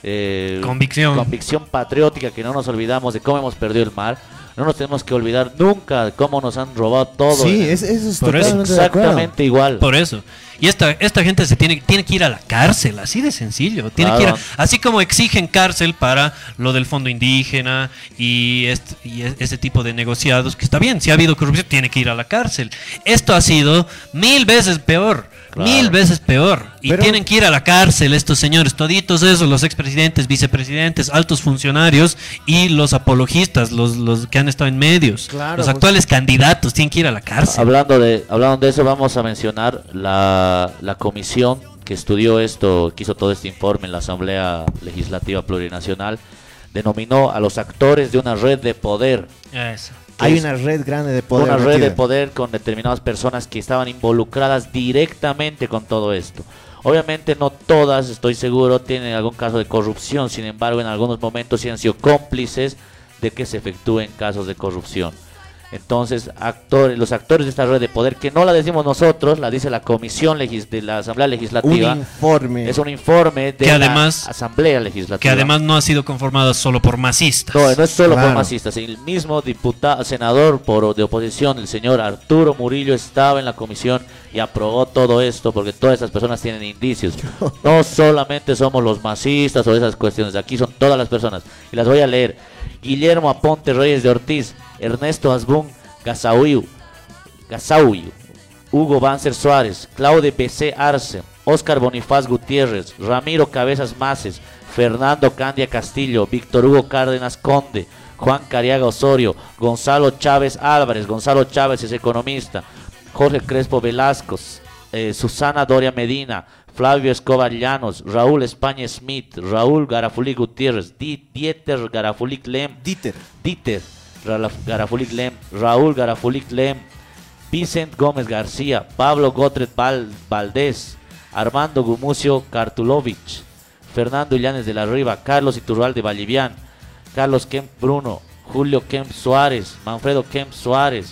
convicción patriótica que no nos olvidamos de cómo hemos perdido el mar. No nos tenemos que olvidar nunca de cómo nos han robado todo. Sí, eso es Por eso. totalmente de acuerdo. Exactamente igual. Por eso. Y esta gente se tiene que ir a la cárcel, así de sencillo. Tiene que ir Claro. así como exigen cárcel para lo del fondo indígena y ese tipo de negociados, que está bien, si ha habido corrupción, tiene que ir a la cárcel. Esto ha sido 1000 veces peor. Claro. 1000 veces peor. Y Pero- tienen que ir a la cárcel estos señores, toditos esos, los expresidentes, vicepresidentes, altos funcionarios y los apologistas, los que han estado en medios. Claro, los pues. actuales candidatos tienen que ir a la cárcel. Hablando de eso, vamos a mencionar la comisión que estudió esto, que hizo todo este informe en la Asamblea Legislativa Plurinacional, denominó a los actores de una red de poder. Eso. Hay una red grande de poder. Una red de metida. poder con determinadas personas que estaban involucradas directamente con todo esto. Obviamente no todas, estoy seguro, tienen algún caso de corrupción, sin embargo en algunos momentos sí han sido cómplices de que se efectúen casos de corrupción. Entonces, los actores de esta red de poder, que no la decimos nosotros, la dice la Comisión de la Asamblea Un Legislativa, informe. es un informe de Que además- la Asamblea Legislativa. Que además no ha sido conformada solo por masistas. No es solo Claro. por masistas. El mismo senador de oposición, el señor Arturo Murillo, estaba en la comisión y aprobó todo esto porque todas estas personas tienen indicios. No solamente somos los masistas o esas cuestiones, aquí son todas las personas. Y las voy a leer. Guillermo Aponte Reyes de Ortiz, Ernesto Asbun Gazaúiu, Hugo Banzer Suárez, Claude PC Arce, Óscar Bonifaz Gutiérrez, Ramiro Cabezas Maces, Fernando Candia Castillo, Víctor Hugo Cárdenas Conde, Juan Cariaga Osorio, Gonzalo Chávez Álvarez, Gonzalo Chávez es economista, Jorge Crespo Velasco, Susana Doria Medina, Flavio Escobar Llanos, Raúl España Smith, Raúl Garafulik Gutiérrez, Dieter Garafulik Lem, Dieter Garafulik Lem, Raúl Garafulik Lem, Vicent Gómez García, Pablo Gotret Valdés, Armando Gumucio Kartulovich, Fernando Illanes de la Riva, Carlos Iturralde Vallivian, Carlos Kemp Bruno, Julio Kemp Suárez, Manfredo Kemp Suárez,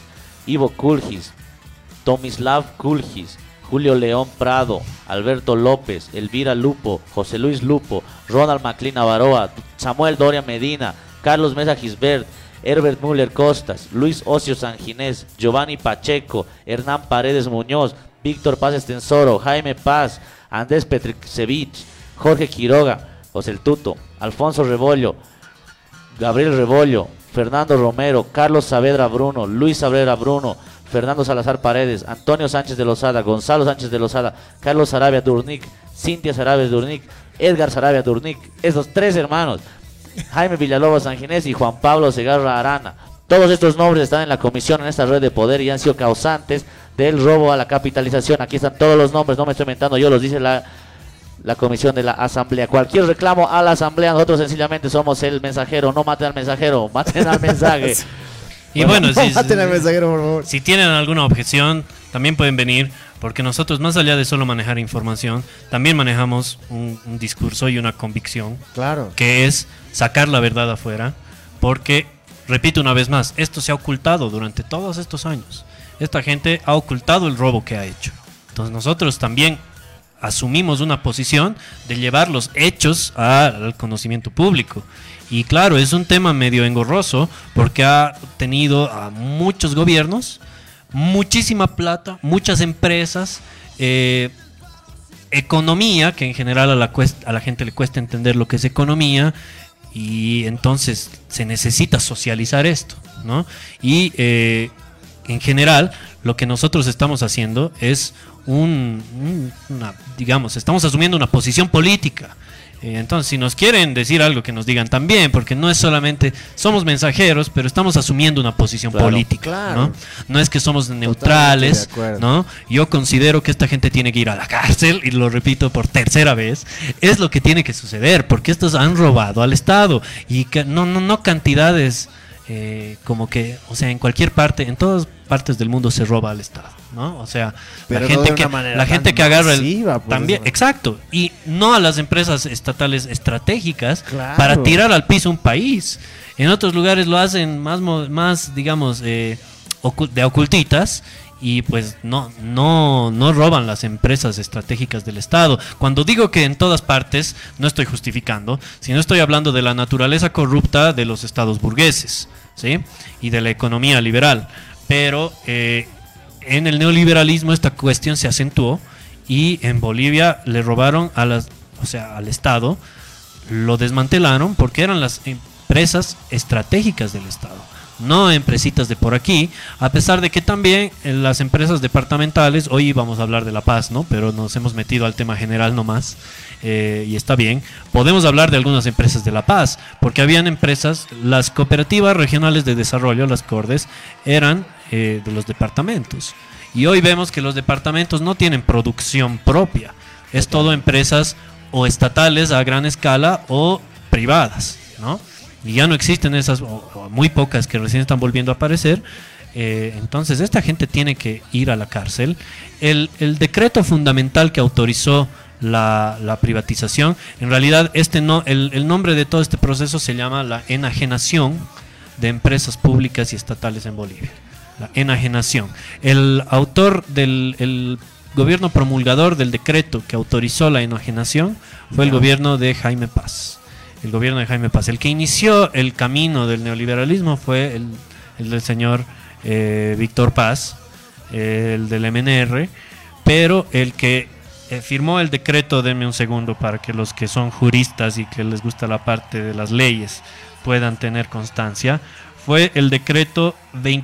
Ivo Kulgis, Tomislav Kulgis, Julio León Prado, Alberto López, Elvira Lupo, José Luis Lupo, Ronald Maclin Avaroa, Samuel Doria Medina, Carlos Mesa Gisbert, Herbert Müller Costas, Luis Ocio Sanginés, Giovanni Pacheco, Hernán Paredes Muñoz, Víctor Paz Estensoro, Jaime Paz, Andrés Petricevich, Jorge Quiroga, José el Tuto, Alfonso Rebollo, Gabriel Rebollo, Fernando Romero, Carlos Saavedra Bruno, Luis Saavedra Bruno, Fernando Salazar Paredes, Antonio Sánchez de Lozada, Gonzalo Sánchez de Lozada, Carlos Sarabia Durnic, Cintia Sarabia Durnic, Edgar Sarabia Durnic, esos 3 hermanos, Jaime Villalobos Sanginés y Juan Pablo Segarra Arana. Todos estos nombres están en la comisión, en esta red de poder, y han sido causantes del robo a la capitalización. Aquí están todos los nombres, no me estoy inventando yo, los dice la comisión de la asamblea. Cualquier reclamo a la asamblea, nosotros sencillamente somos el mensajero. No maten al mensajero, maten al mensaje. Y bueno, Maten al mensajero, por favor. si tienen alguna objeción, también pueden venir, porque nosotros, más allá de solo manejar información, también manejamos un discurso y una convicción, Claro. que es sacar la verdad afuera, porque, repito una vez más, esto se ha ocultado durante todos estos años. Esta gente ha ocultado el robo que ha hecho. Entonces nosotros también asumimos una posición de llevar los hechos al conocimiento público. Y claro, es un tema medio engorroso porque ha tenido a muchos gobiernos, muchísima plata, muchas empresas, economía, que en general a la gente le cuesta entender lo que es economía, y entonces se necesita socializar esto, ¿no? Y en general lo que nosotros estamos haciendo es digamos, estamos asumiendo una posición política. Entonces, si nos quieren decir algo, que nos digan también, porque no es solamente somos mensajeros, pero estamos asumiendo una posición política, claro. ¿no? No es que somos neutrales, Totalmente de acuerdo. ¿no? Yo considero que esta gente tiene que ir a la cárcel, y lo repito por tercera vez, es lo que tiene que suceder, porque estos han robado al Estado, y no cantidades como que, o sea, en cualquier parte, en todas partes del mundo se roba al Estado, ¿no? O sea, Pero la no gente de que una manera la gente tan que agarra masiva, pues, también, eso. exacto, y no a las empresas estatales estratégicas Claro. para tirar al piso un país. En otros lugares lo hacen más digamos, de ocultitas, y pues no roban las empresas estratégicas del Estado. Cuando digo que en todas partes, no estoy justificando, sino estoy hablando de la naturaleza corrupta de los estados burgueses, ¿sí? Y de la economía liberal. Pero en el neoliberalismo esta cuestión se acentuó, y en Bolivia le robaron al Estado, lo desmantelaron porque eran las empresas estratégicas del Estado, no empresitas de por aquí, a pesar de que también en las empresas departamentales, hoy vamos a hablar de La Paz, ¿no? Pero nos hemos metido al tema general nomás, y está bien, podemos hablar de algunas empresas de La Paz, porque habían empresas, las cooperativas regionales de desarrollo, las CORDES, eran de los departamentos, y hoy vemos que los departamentos no tienen producción propia, es todo empresas o estatales a gran escala o privadas, ¿no? Y ya no existen esas, o muy pocas que recién están volviendo a aparecer. Entonces esta gente tiene que ir a la cárcel. El decreto fundamental que autorizó la privatización, en realidad el nombre de todo este proceso se llama la enajenación de empresas públicas y estatales en Bolivia. La enajenación. El autor el gobierno promulgador del decreto que autorizó la enajenación fue el gobierno de Jaime Paz. El gobierno de Jaime Paz. El que inició el camino del neoliberalismo fue el del señor Víctor Paz, el del MNR, pero el que firmó el decreto, denme un segundo para que los que son juristas y que les gusta la parte de las leyes puedan tener constancia, fue el decreto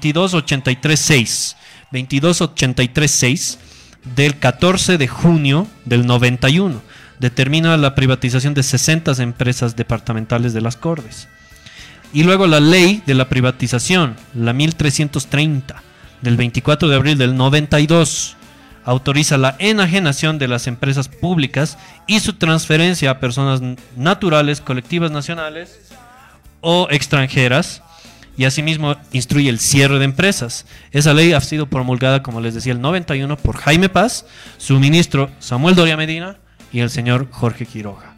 2283-6 del 14 de junio del 91. Determina la privatización de 60 empresas departamentales de las CORDES. Y luego la ley de la privatización, la 1330, del 24 de abril del 92, autoriza la enajenación de las empresas públicas y su transferencia a personas naturales, colectivas nacionales o extranjeras, y asimismo instruye el cierre de empresas. Esa ley ha sido promulgada, como les decía, el 91 por Jaime Paz, su ministro Samuel Doria Medina y el señor Jorge Quiroga.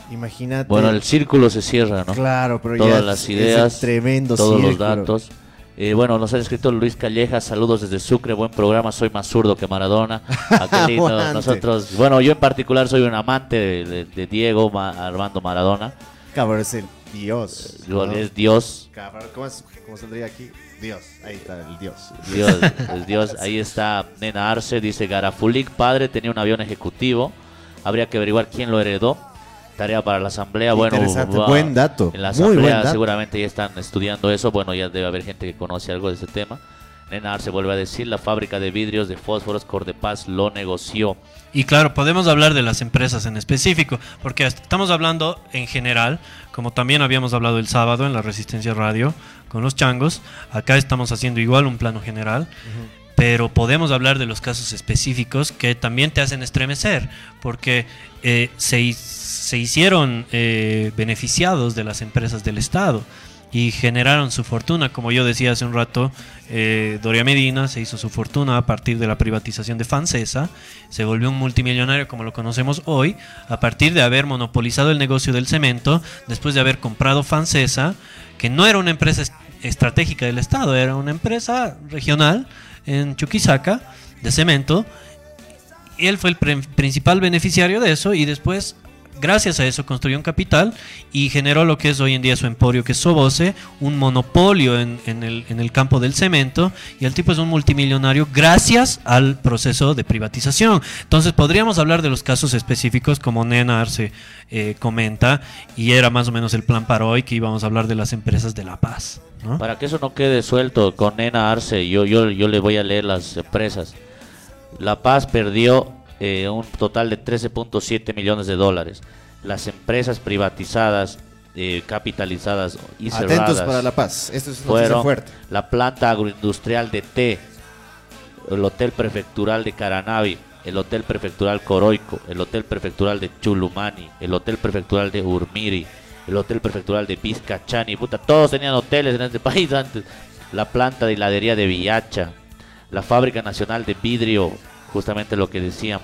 Imagínate. Bueno, el círculo se cierra, ¿no? Claro, pero todas ya las es ideas, tremendo todos círculo. los datos, Bueno, nos ha escrito Luis Calleja, saludos desde Sucre, buen programa, soy más zurdo que Maradona. Ah, qué lindo. Aguante. Nosotros, bueno, yo en particular soy un amante de Diego Armando Maradona. Cabrón, es el Dios. Es Dios. Cabrón, ¿cómo saldría aquí? Dios, ahí está el Dios. Dios, es Dios. Ahí está Nena Arce, dice Garafulik, padre, tenía un avión ejecutivo. Habría que averiguar quién lo heredó. Tarea para la asamblea. Bueno, Interesante, buen dato. En la Muy buen asamblea dato. seguramente ya están estudiando eso. Bueno, ya debe haber gente que conoce algo de ese tema. Nena Arce vuelve a decir, la fábrica de vidrios de fósforos Cordepaz lo negoció. Y claro, podemos hablar de las empresas en específico, porque estamos hablando en general, como también habíamos hablado el sábado en la Resistencia Radio con los changos. Acá estamos haciendo igual un plano general. Pero podemos hablar de los casos específicos que también te hacen estremecer, porque se hicieron beneficiados de las empresas del Estado y generaron su fortuna. Como yo decía hace un rato, Doria Medina se hizo su fortuna a partir de la privatización de Fancesa, se volvió un multimillonario como lo conocemos hoy, a partir de haber monopolizado el negocio del cemento, después de haber comprado Fancesa, que no era una empresa estratégica del Estado, era una empresa regional en Chuquisaca de cemento. Y él fue el principal beneficiario de eso, y después, gracias a eso, construyó un capital y generó lo que es hoy en día su emporio, que es Soboce, un monopolio en el campo del cemento, y el tipo es un multimillonario gracias al proceso de privatización. Entonces podríamos hablar de los casos específicos como Nena Arce comenta, y era más o menos el plan para hoy, que íbamos a hablar de las empresas de La Paz, ¿no? Para que eso no quede suelto con Nena Arce, yo le voy a leer las empresas. La Paz perdió un total de 13.7 millones de dólares. Las empresas privatizadas, capitalizadas y cerradas. Atentos para La Paz, esto es una noticia fueron fuerte. la planta agroindustrial de té, el hotel prefectural de Caranavi, el hotel prefectural Coroico, el hotel prefectural de Chulumani, el hotel prefectural de Urmiri, el hotel prefectural de Vizcachani. Puta, todos tenían hoteles en este país antes. La planta de heladería de Villacha, la fábrica nacional de vidrio, justamente lo que decían,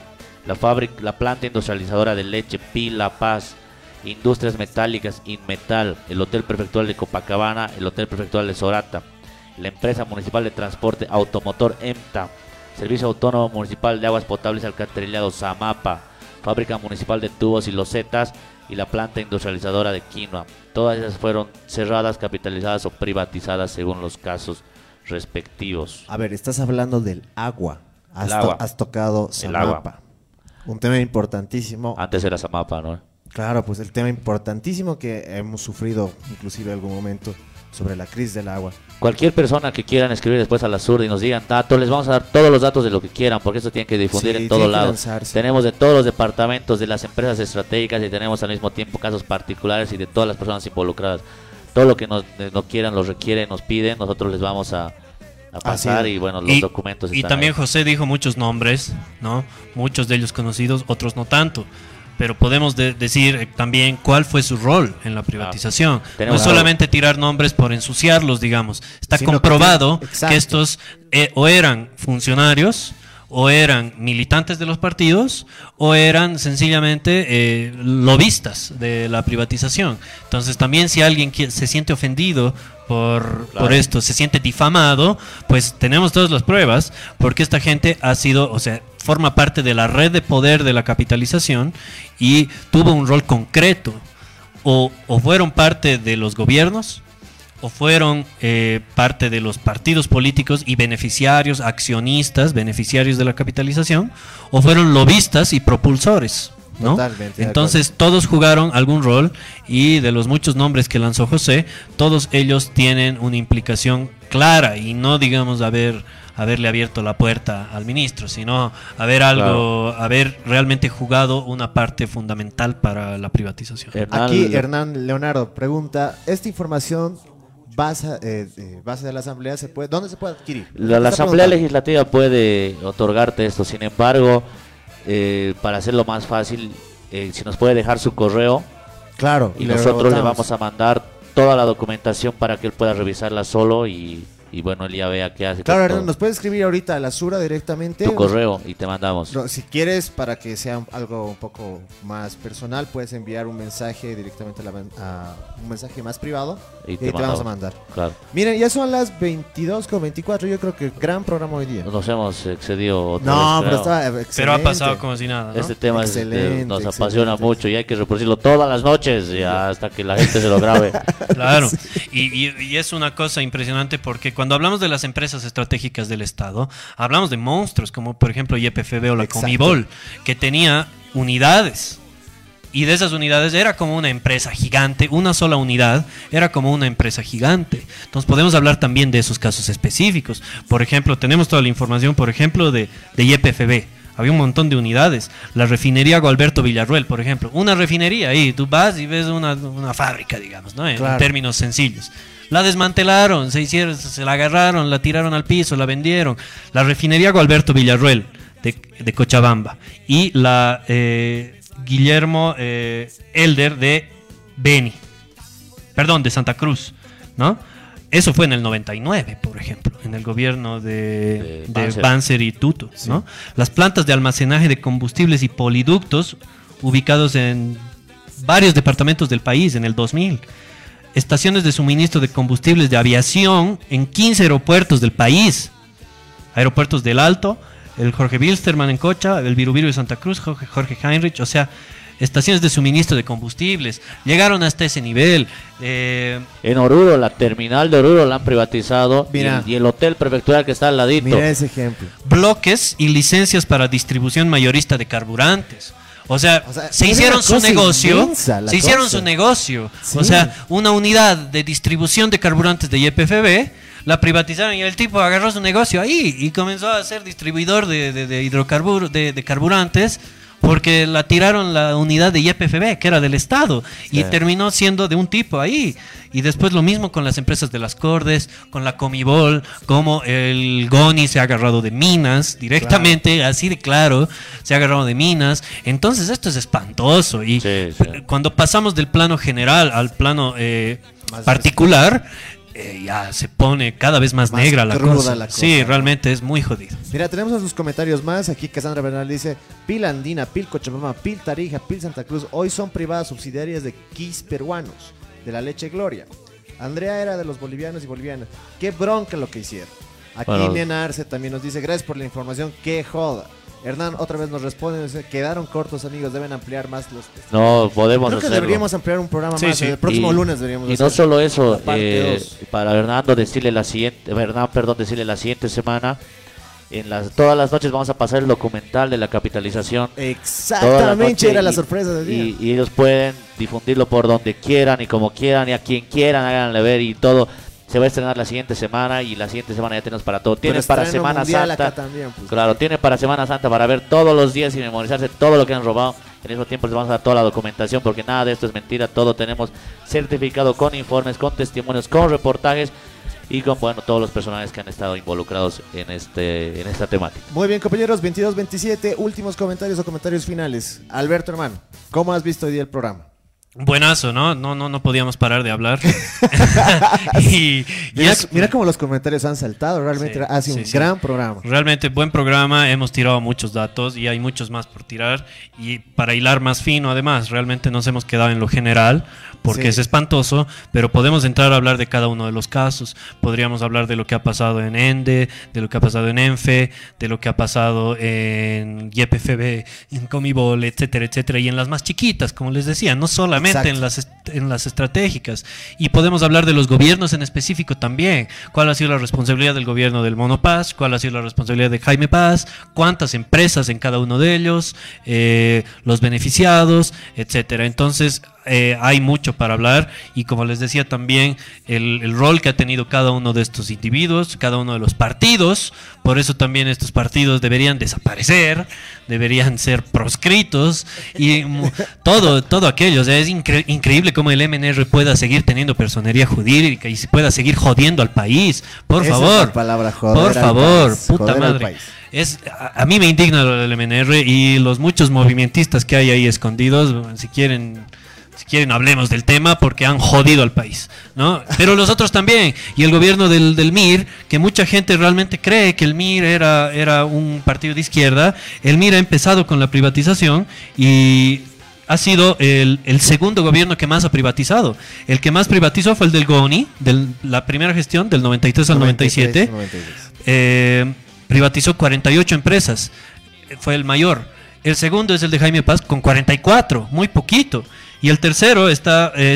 la planta industrializadora de leche Pi La Paz, industrias metálicas Inmetal, el hotel prefectural de Copacabana, el hotel prefectural de Sorata, la empresa municipal de transporte automotor EMTA, servicio autónomo municipal de aguas potables y alcantarillado Zamapa, fábrica municipal de tubos y losetas, y la planta industrializadora de quinoa. Todas esas fueron cerradas, capitalizadas o privatizadas según los casos respectivos. A ver, estás hablando del agua. El agua. Has tocado El agua. Zamapa. Un tema importantísimo. Antes era Zamapa, ¿no? Claro, pues el tema importantísimo que hemos sufrido inclusive en algún momento sobre la crisis del agua. Cualquier persona que quieran escribir después a la Zurda y nos digan datos, les vamos a dar todos los datos de lo que quieran, porque eso tienen que difundir Sí, en todos tiene que lados. lanzarse. Tenemos de todos los departamentos, de las empresas estratégicas, y tenemos al mismo tiempo casos particulares y de todas las personas involucradas. Todo lo que nos quieran, los requieren, nos piden, nosotros les vamos a pasar. Así es. Y bueno, los documentos Y están también ahí. José dijo muchos nombres, ¿no? Muchos de ellos conocidos, otros no tanto. Pero podemos decir también cuál fue su rol en la privatización. No Tenemos es solamente tirar nombres por ensuciarlos, digamos. Está Sino que comprobado tiene- que, exacto. estos o eran funcionarios, o eran militantes de los partidos, o eran sencillamente lobistas de la privatización. Entonces también, si alguien se siente ofendido por esto, se siente difamado, pues tenemos todas las pruebas, porque esta gente ha sido, o sea, forma parte de la red de poder de la capitalización y tuvo un rol concreto. O fueron parte de los gobiernos, o fueron parte de los partidos políticos y beneficiarios, accionistas, beneficiarios de la capitalización, o fueron lobistas y propulsores, ¿no? Totalmente de Entonces todos jugaron algún rol, y de los muchos nombres que lanzó José, todos ellos tienen una implicación clara, y no digamos haberle abierto la puerta al ministro, sino haber realmente jugado una parte fundamental para la privatización. Aquí Hernán Leonardo pregunta, ¿esta información base de la asamblea dónde se puede adquirir? La Está Asamblea preguntando. Legislativa puede otorgarte esto, sin embargo, para hacerlo más fácil, si nos puede dejar su correo, Claro, y le nosotros le rebotamos. vamos a mandar toda la documentación para que él pueda revisarla solo y y bueno, él ya vea qué hace. Claro, con Hernán, todo. nos puedes escribir ahorita a la Sura directamente. Tu correo y te mandamos. No, si quieres, para que sea algo un poco más personal, puedes enviar un mensaje directamente a un mensaje más privado y te vamos a mandar. Claro. Miren, ya son las 22:24. Yo creo que gran programa hoy día. Nos hemos excedido otra No, vez, pero creo. está excelente. Pero ha pasado como si nada, ¿no? Este tema Excelente, nos excelente. apasiona mucho y hay que reproducirlo todas las noches ya hasta que la gente se lo grabe. Claro, y es una cosa impresionante porque cuando hablamos de las empresas estratégicas del Estado, hablamos de monstruos como por ejemplo YPFB o la Exacto. Comibol, que tenía unidades. Y de esas unidades era como una empresa gigante, una sola unidad era como una empresa gigante. Entonces podemos hablar también de esos casos específicos. Por ejemplo, tenemos toda la información, por ejemplo, de YPFB. Había un montón de unidades. La refinería Gualberto Villarruel, por ejemplo. Una refinería ahí, tú vas y ves una fábrica, digamos, ¿no? En Claro. términos sencillos. La desmantelaron, se la agarraron, la tiraron al piso, la vendieron. La refinería Gualberto Villarruel de Cochabamba. Y la Guillermo Elder de Beni. Perdón, de Santa Cruz, ¿no? Eso fue en el 99, por ejemplo, en el gobierno de Banzer y Tuto, ¿no? Las plantas de almacenaje de combustibles y poliductos ubicados en varios departamentos del país en el 2000. Estaciones de suministro de combustibles de aviación en 15 aeropuertos del país. Aeropuertos del Alto, el Jorge Wilstermann en Cocha, el Virubiru de Santa Cruz, Jorge Heinrich, o sea, estaciones de suministro de combustibles. Llegaron hasta ese nivel. En Oruro, la terminal de Oruro la han privatizado Mira. y el hotel prefectural que está al ladito. Mira ese ejemplo. Bloques y licencias para distribución mayorista de carburantes. O sea, se es hicieron una su cosa negocio. inmensa la Se hicieron cosa. su negocio. Sí. O sea, una unidad de distribución de carburantes de YPFB la privatizaron y el tipo agarró su negocio ahí y comenzó a ser distribuidor de hidrocarburos, de carburantes. Porque la tiraron la unidad de YPFB, que era del Estado, y terminó siendo de un tipo ahí. Y después lo mismo con las empresas de las Cordes, con la Comibol, como el Goni se ha agarrado de minas directamente, así de claro, se ha agarrado de minas. Entonces esto es espantoso. Y cuando pasamos del plano general al plano particular, ya se pone cada vez más negra la cruda cosa. la cosa, Sí, ¿no? realmente es muy jodido. Mira, tenemos sus comentarios más. Aquí Cassandra Bernal dice: Pil Andina, Pil Cochabamba, Pil Tarija, Pil Santa Cruz, hoy son privadas subsidiarias de Kiss peruanos, de la leche Gloria. Andrea era de los bolivianos y bolivianas. Qué bronca lo que hicieron. Aquí Bueno. Nena Arce también nos dice: gracias por la información, qué joda. Hernán otra vez nos responde, dice: quedaron cortos, amigos, deben ampliar más los... No podemos Creo que hacerlo. deberíamos ampliar un programa Sí, más. sí. El próximo Y- lunes deberíamos Y hacer no solo eso, la parte dos. para Hernando decirle la siguiente, decirle la siguiente semana, todas las noches vamos a pasar el documental de la capitalización. Toda la Exactamente, noche era la y- sorpresa del día. y ellos pueden difundirlo por donde quieran y como quieran y a quien quieran, háganle ver y todo. Se va a estrenar la siguiente semana y la siguiente semana ya tenemos para todo. Tienen Pero para estreno Semana mundial Santa. acá también, pues. Claro, tienen para Semana Santa para ver todos los días y memorizarse todo lo que han robado. En ese tiempo les vamos a dar toda la documentación porque nada de esto es mentira. Todo tenemos certificado con informes, con testimonios, con reportajes y con todos los personajes que han estado involucrados en esta temática. Muy bien, compañeros, 22-27, últimos comentarios o comentarios finales. Alberto, hermano, ¿cómo has visto hoy día el programa? Buenazo, ¿no? No podíamos parar de hablar. y Mira cómo los comentarios han saltado, realmente Sí, ha sido sí, un sí. gran programa. Realmente buen programa, hemos tirado muchos datos y hay muchos más por tirar. Y para hilar más fino, además, realmente nos hemos quedado en lo general porque Sí. es espantoso, pero podemos entrar a hablar de cada uno de los casos. Podríamos hablar de lo que ha pasado en ENDE, de lo que ha pasado en ENFE, de lo que ha pasado en YPFB, en Comibol, etcétera, etcétera. Y en las más chiquitas, como les decía, no solamente en las estratégicas. Y podemos hablar de los gobiernos en específico también. ¿Cuál ha sido la responsabilidad del gobierno del Mono Paz? ¿Cuál ha sido la responsabilidad de Jaime Paz? ¿Cuántas empresas en cada uno de ellos? Los beneficiados, etcétera. Entonces, hay mucho para hablar y como les decía también el rol que ha tenido cada uno de estos individuos, cada uno de los partidos, por eso también estos partidos deberían desaparecer, deberían ser proscritos y todo aquello. O sea, es increíble cómo el MNR pueda seguir teniendo personería jurídica y se pueda seguir jodiendo al país. Por Esa es favor, la palabra, joder por al favor, país, puta joder al madre. país. A mí me indigna lo del MNR y los muchos movimentistas que hay ahí escondidos. Si Si quieren, hablemos del tema porque han jodido al país, ¿no? Pero los otros también. Y el gobierno del MIR, que mucha gente realmente cree que el MIR era un partido de izquierda. El MIR ha empezado con la privatización y ha sido el segundo gobierno que más ha privatizado. El que más privatizó fue el del GONI, de la primera gestión, del 93 al 97. Privatizó 48 empresas. Fue el mayor. El segundo es el de Jaime Paz con 44, muy poquito. Y el tercero es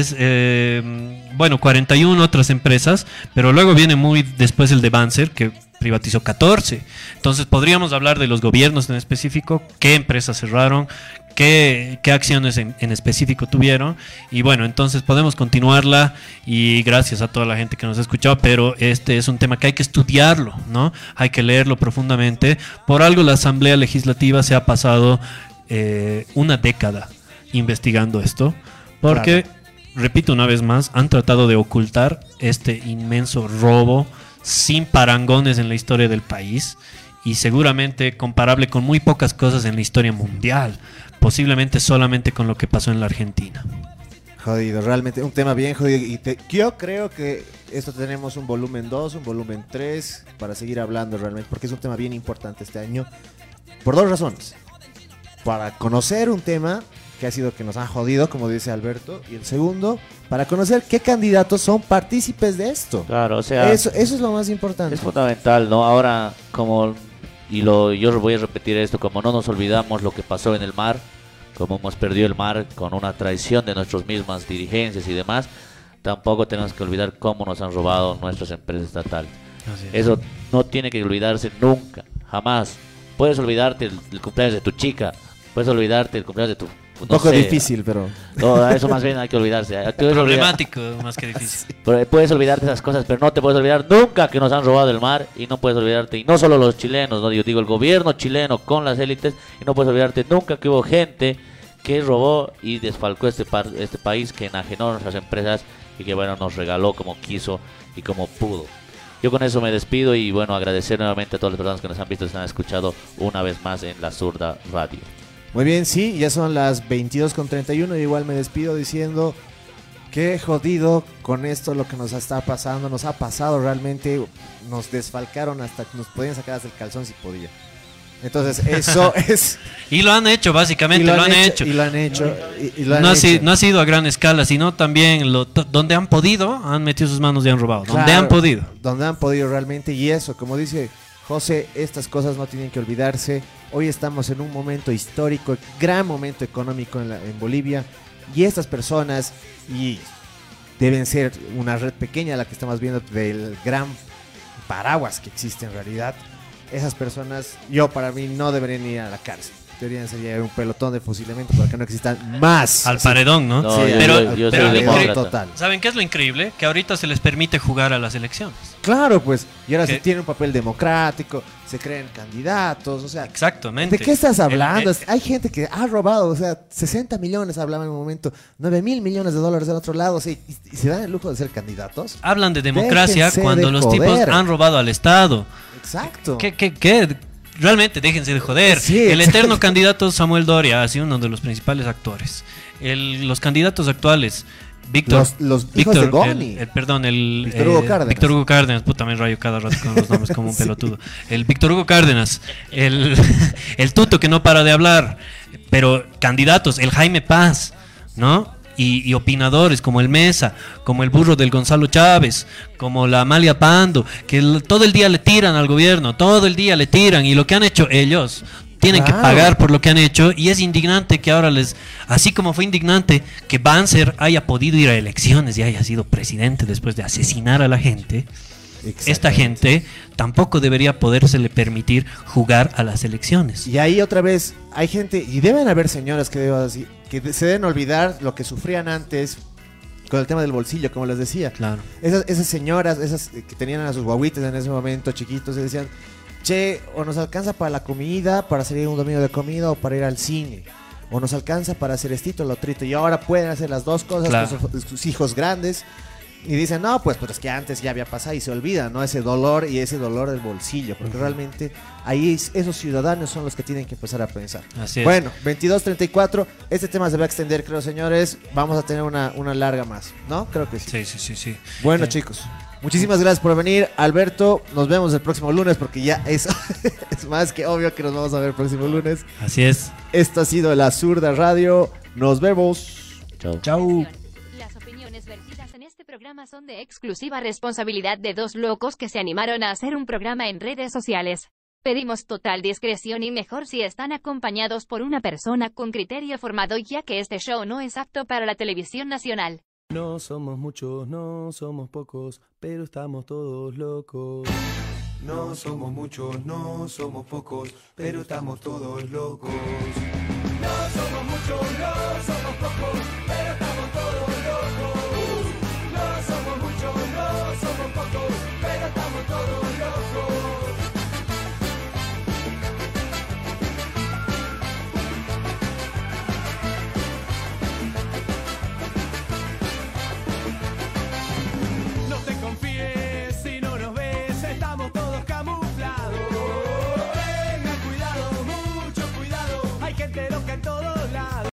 41 otras empresas, pero luego viene muy después el de Banzer, que privatizó 14. Entonces podríamos hablar de los gobiernos en específico, qué empresas cerraron, qué acciones en específico tuvieron. Y bueno, entonces podemos continuarla y gracias a toda la gente que nos ha escuchado, pero este es un tema que hay que estudiarlo, ¿no? Hay que leerlo profundamente. Por algo la Asamblea Legislativa se ha pasado una década investigando esto, porque, repito una vez más, han tratado de ocultar este inmenso robo sin parangones en la historia del país y seguramente comparable con muy pocas cosas en la historia mundial, posiblemente solamente con lo que pasó en la Argentina. Jodido, realmente un tema bien jodido. Y yo creo que esto tenemos un volumen 2, un volumen 3 para seguir hablando realmente, porque es un tema bien importante este año, por dos razones. Para conocer un tema que ha sido que nos han jodido, como dice Alberto, y el segundo, para conocer qué candidatos son partícipes de esto. Claro, o sea, eso es lo más importante. es fundamental, ¿no? Ahora, yo voy a repetir esto, como no nos olvidamos lo que pasó en el mar, como hemos perdido el mar con una traición de nuestras mismas dirigencias y demás, tampoco tenemos que olvidar cómo nos han robado nuestras empresas estatales. Eso no tiene que olvidarse nunca, jamás. Puedes olvidarte el cumpleaños de tu chica, puedes olvidarte el cumpleaños de tu... Un poco difícil, pero... No, eso más bien hay que olvidarse. Problemático, más que difícil. Puedes olvidarte de esas cosas, pero no te puedes olvidar nunca que nos han robado el mar. Y no puedes olvidarte, y no solo los chilenos, ¿no? Yo digo el gobierno chileno con las élites. Y no puedes olvidarte nunca que hubo gente que robó y desfalcó este país, que enajenó nuestras empresas y que, bueno, nos regaló como quiso y como pudo. Yo con eso me despido y, bueno, agradecer nuevamente a todas las personas que nos han visto y nos han escuchado una vez más en La Zurda Radio. Muy bien, sí, ya son las 22:31 y igual me despido diciendo que jodido con esto lo que nos está pasando, nos ha pasado realmente, nos desfalcaron hasta que nos podían sacar hasta el calzón si podía. Entonces eso es... Y lo han hecho, básicamente, lo han hecho. Y lo han hecho. No ha sido a gran escala, sino también donde han podido, han metido sus manos y han robado. Claro, donde han podido. Donde han podido realmente, y eso, como dice José, estas cosas no tienen que olvidarse. Hoy estamos en un momento histórico, gran momento económico en Bolivia, y estas personas, y deben ser una red pequeña la que estamos viendo del gran paraguas que existe en realidad. Esas personas, para mí, no deberían ir a la cárcel. Deberían ser un pelotón de fusilamiento para que no existan más. Al paredón, ¿no? No, Sí, yo soy demócrata. total. ¿Saben qué es lo increíble? Que ahorita se les permite jugar a las elecciones. Claro, pues, y ahora ¿Qué? se tiene un papel democrático, se creen candidatos, o sea, Exactamente. ¿de qué estás hablando? Hay gente que ha robado, o sea, 60 millones hablaba en un momento, 9.000 millones de dólares del otro lado, o sea, y se dan el lujo de ser candidatos. Hablan de democracia Déjense cuando de los joder. tipos han robado al Estado. Exacto. ¿Qué? Realmente déjense de joder. Sí, el exacto. eterno candidato Samuel Doria ha sido uno de los principales actores. Los candidatos actuales, Víctor. Los hijos de Goni. Víctor Hugo Cárdenas. Víctor Hugo Cárdenas, puta, me rayo cada rato con los nombres como un pelotudo. El Víctor Hugo Cárdenas, el Tuto que no para de hablar, pero candidatos, el Jaime Paz, ¿no? Y opinadores como el Mesa, como el burro del Gonzalo Chávez, como la Amalia Pando, que todo el día le tiran al gobierno, todo el día le tiran, y lo que han hecho ellos tienen que pagar por lo que han hecho, y es indignante que ahora así como fue indignante que Banzer haya podido ir a elecciones y haya sido presidente después de asesinar a la gente. Esta gente tampoco debería podérsele permitir jugar a las elecciones. Y ahí otra vez hay gente, y deben haber señoras que se deben olvidar lo que sufrían antes con el tema del bolsillo, como les decía. Claro. Esas señoras, esas que tenían a sus guaguitas en ese momento, chiquitos, y decían, che, o nos alcanza para la comida, para salir un domingo de comida, o para ir al cine, o nos alcanza para hacer estito o lo otrito, y ahora pueden hacer las dos cosas, Claro, con sus hijos grandes. Y dicen, no, pues es que antes ya había pasado y se olvida, ¿no? Ese dolor y ese dolor del bolsillo, porque realmente ahí esos ciudadanos son los que tienen que empezar a pensar. Así es. Bueno, 22:34, este tema se va a extender, creo, señores. Vamos a tener una larga más, ¿no? Creo que sí. Sí. Bueno, chicos, muchísimas gracias por venir. Alberto, nos vemos el próximo lunes, porque ya eso es más que obvio que nos vamos a ver el próximo lunes. Así es. Esto ha sido La Zurda Radio. Nos vemos. Chau. Las opiniones vertidas en este programa son de exclusiva responsabilidad de dos locos que se animaron a hacer un programa en redes sociales. Pedimos total discreción y mejor si están acompañados por una persona con criterio formado, ya que este show no es apto para la televisión nacional. No somos muchos, no somos pocos, pero estamos todos locos. No somos muchos, no somos pocos, pero estamos todos locos. No somos muchos, no somos pocos,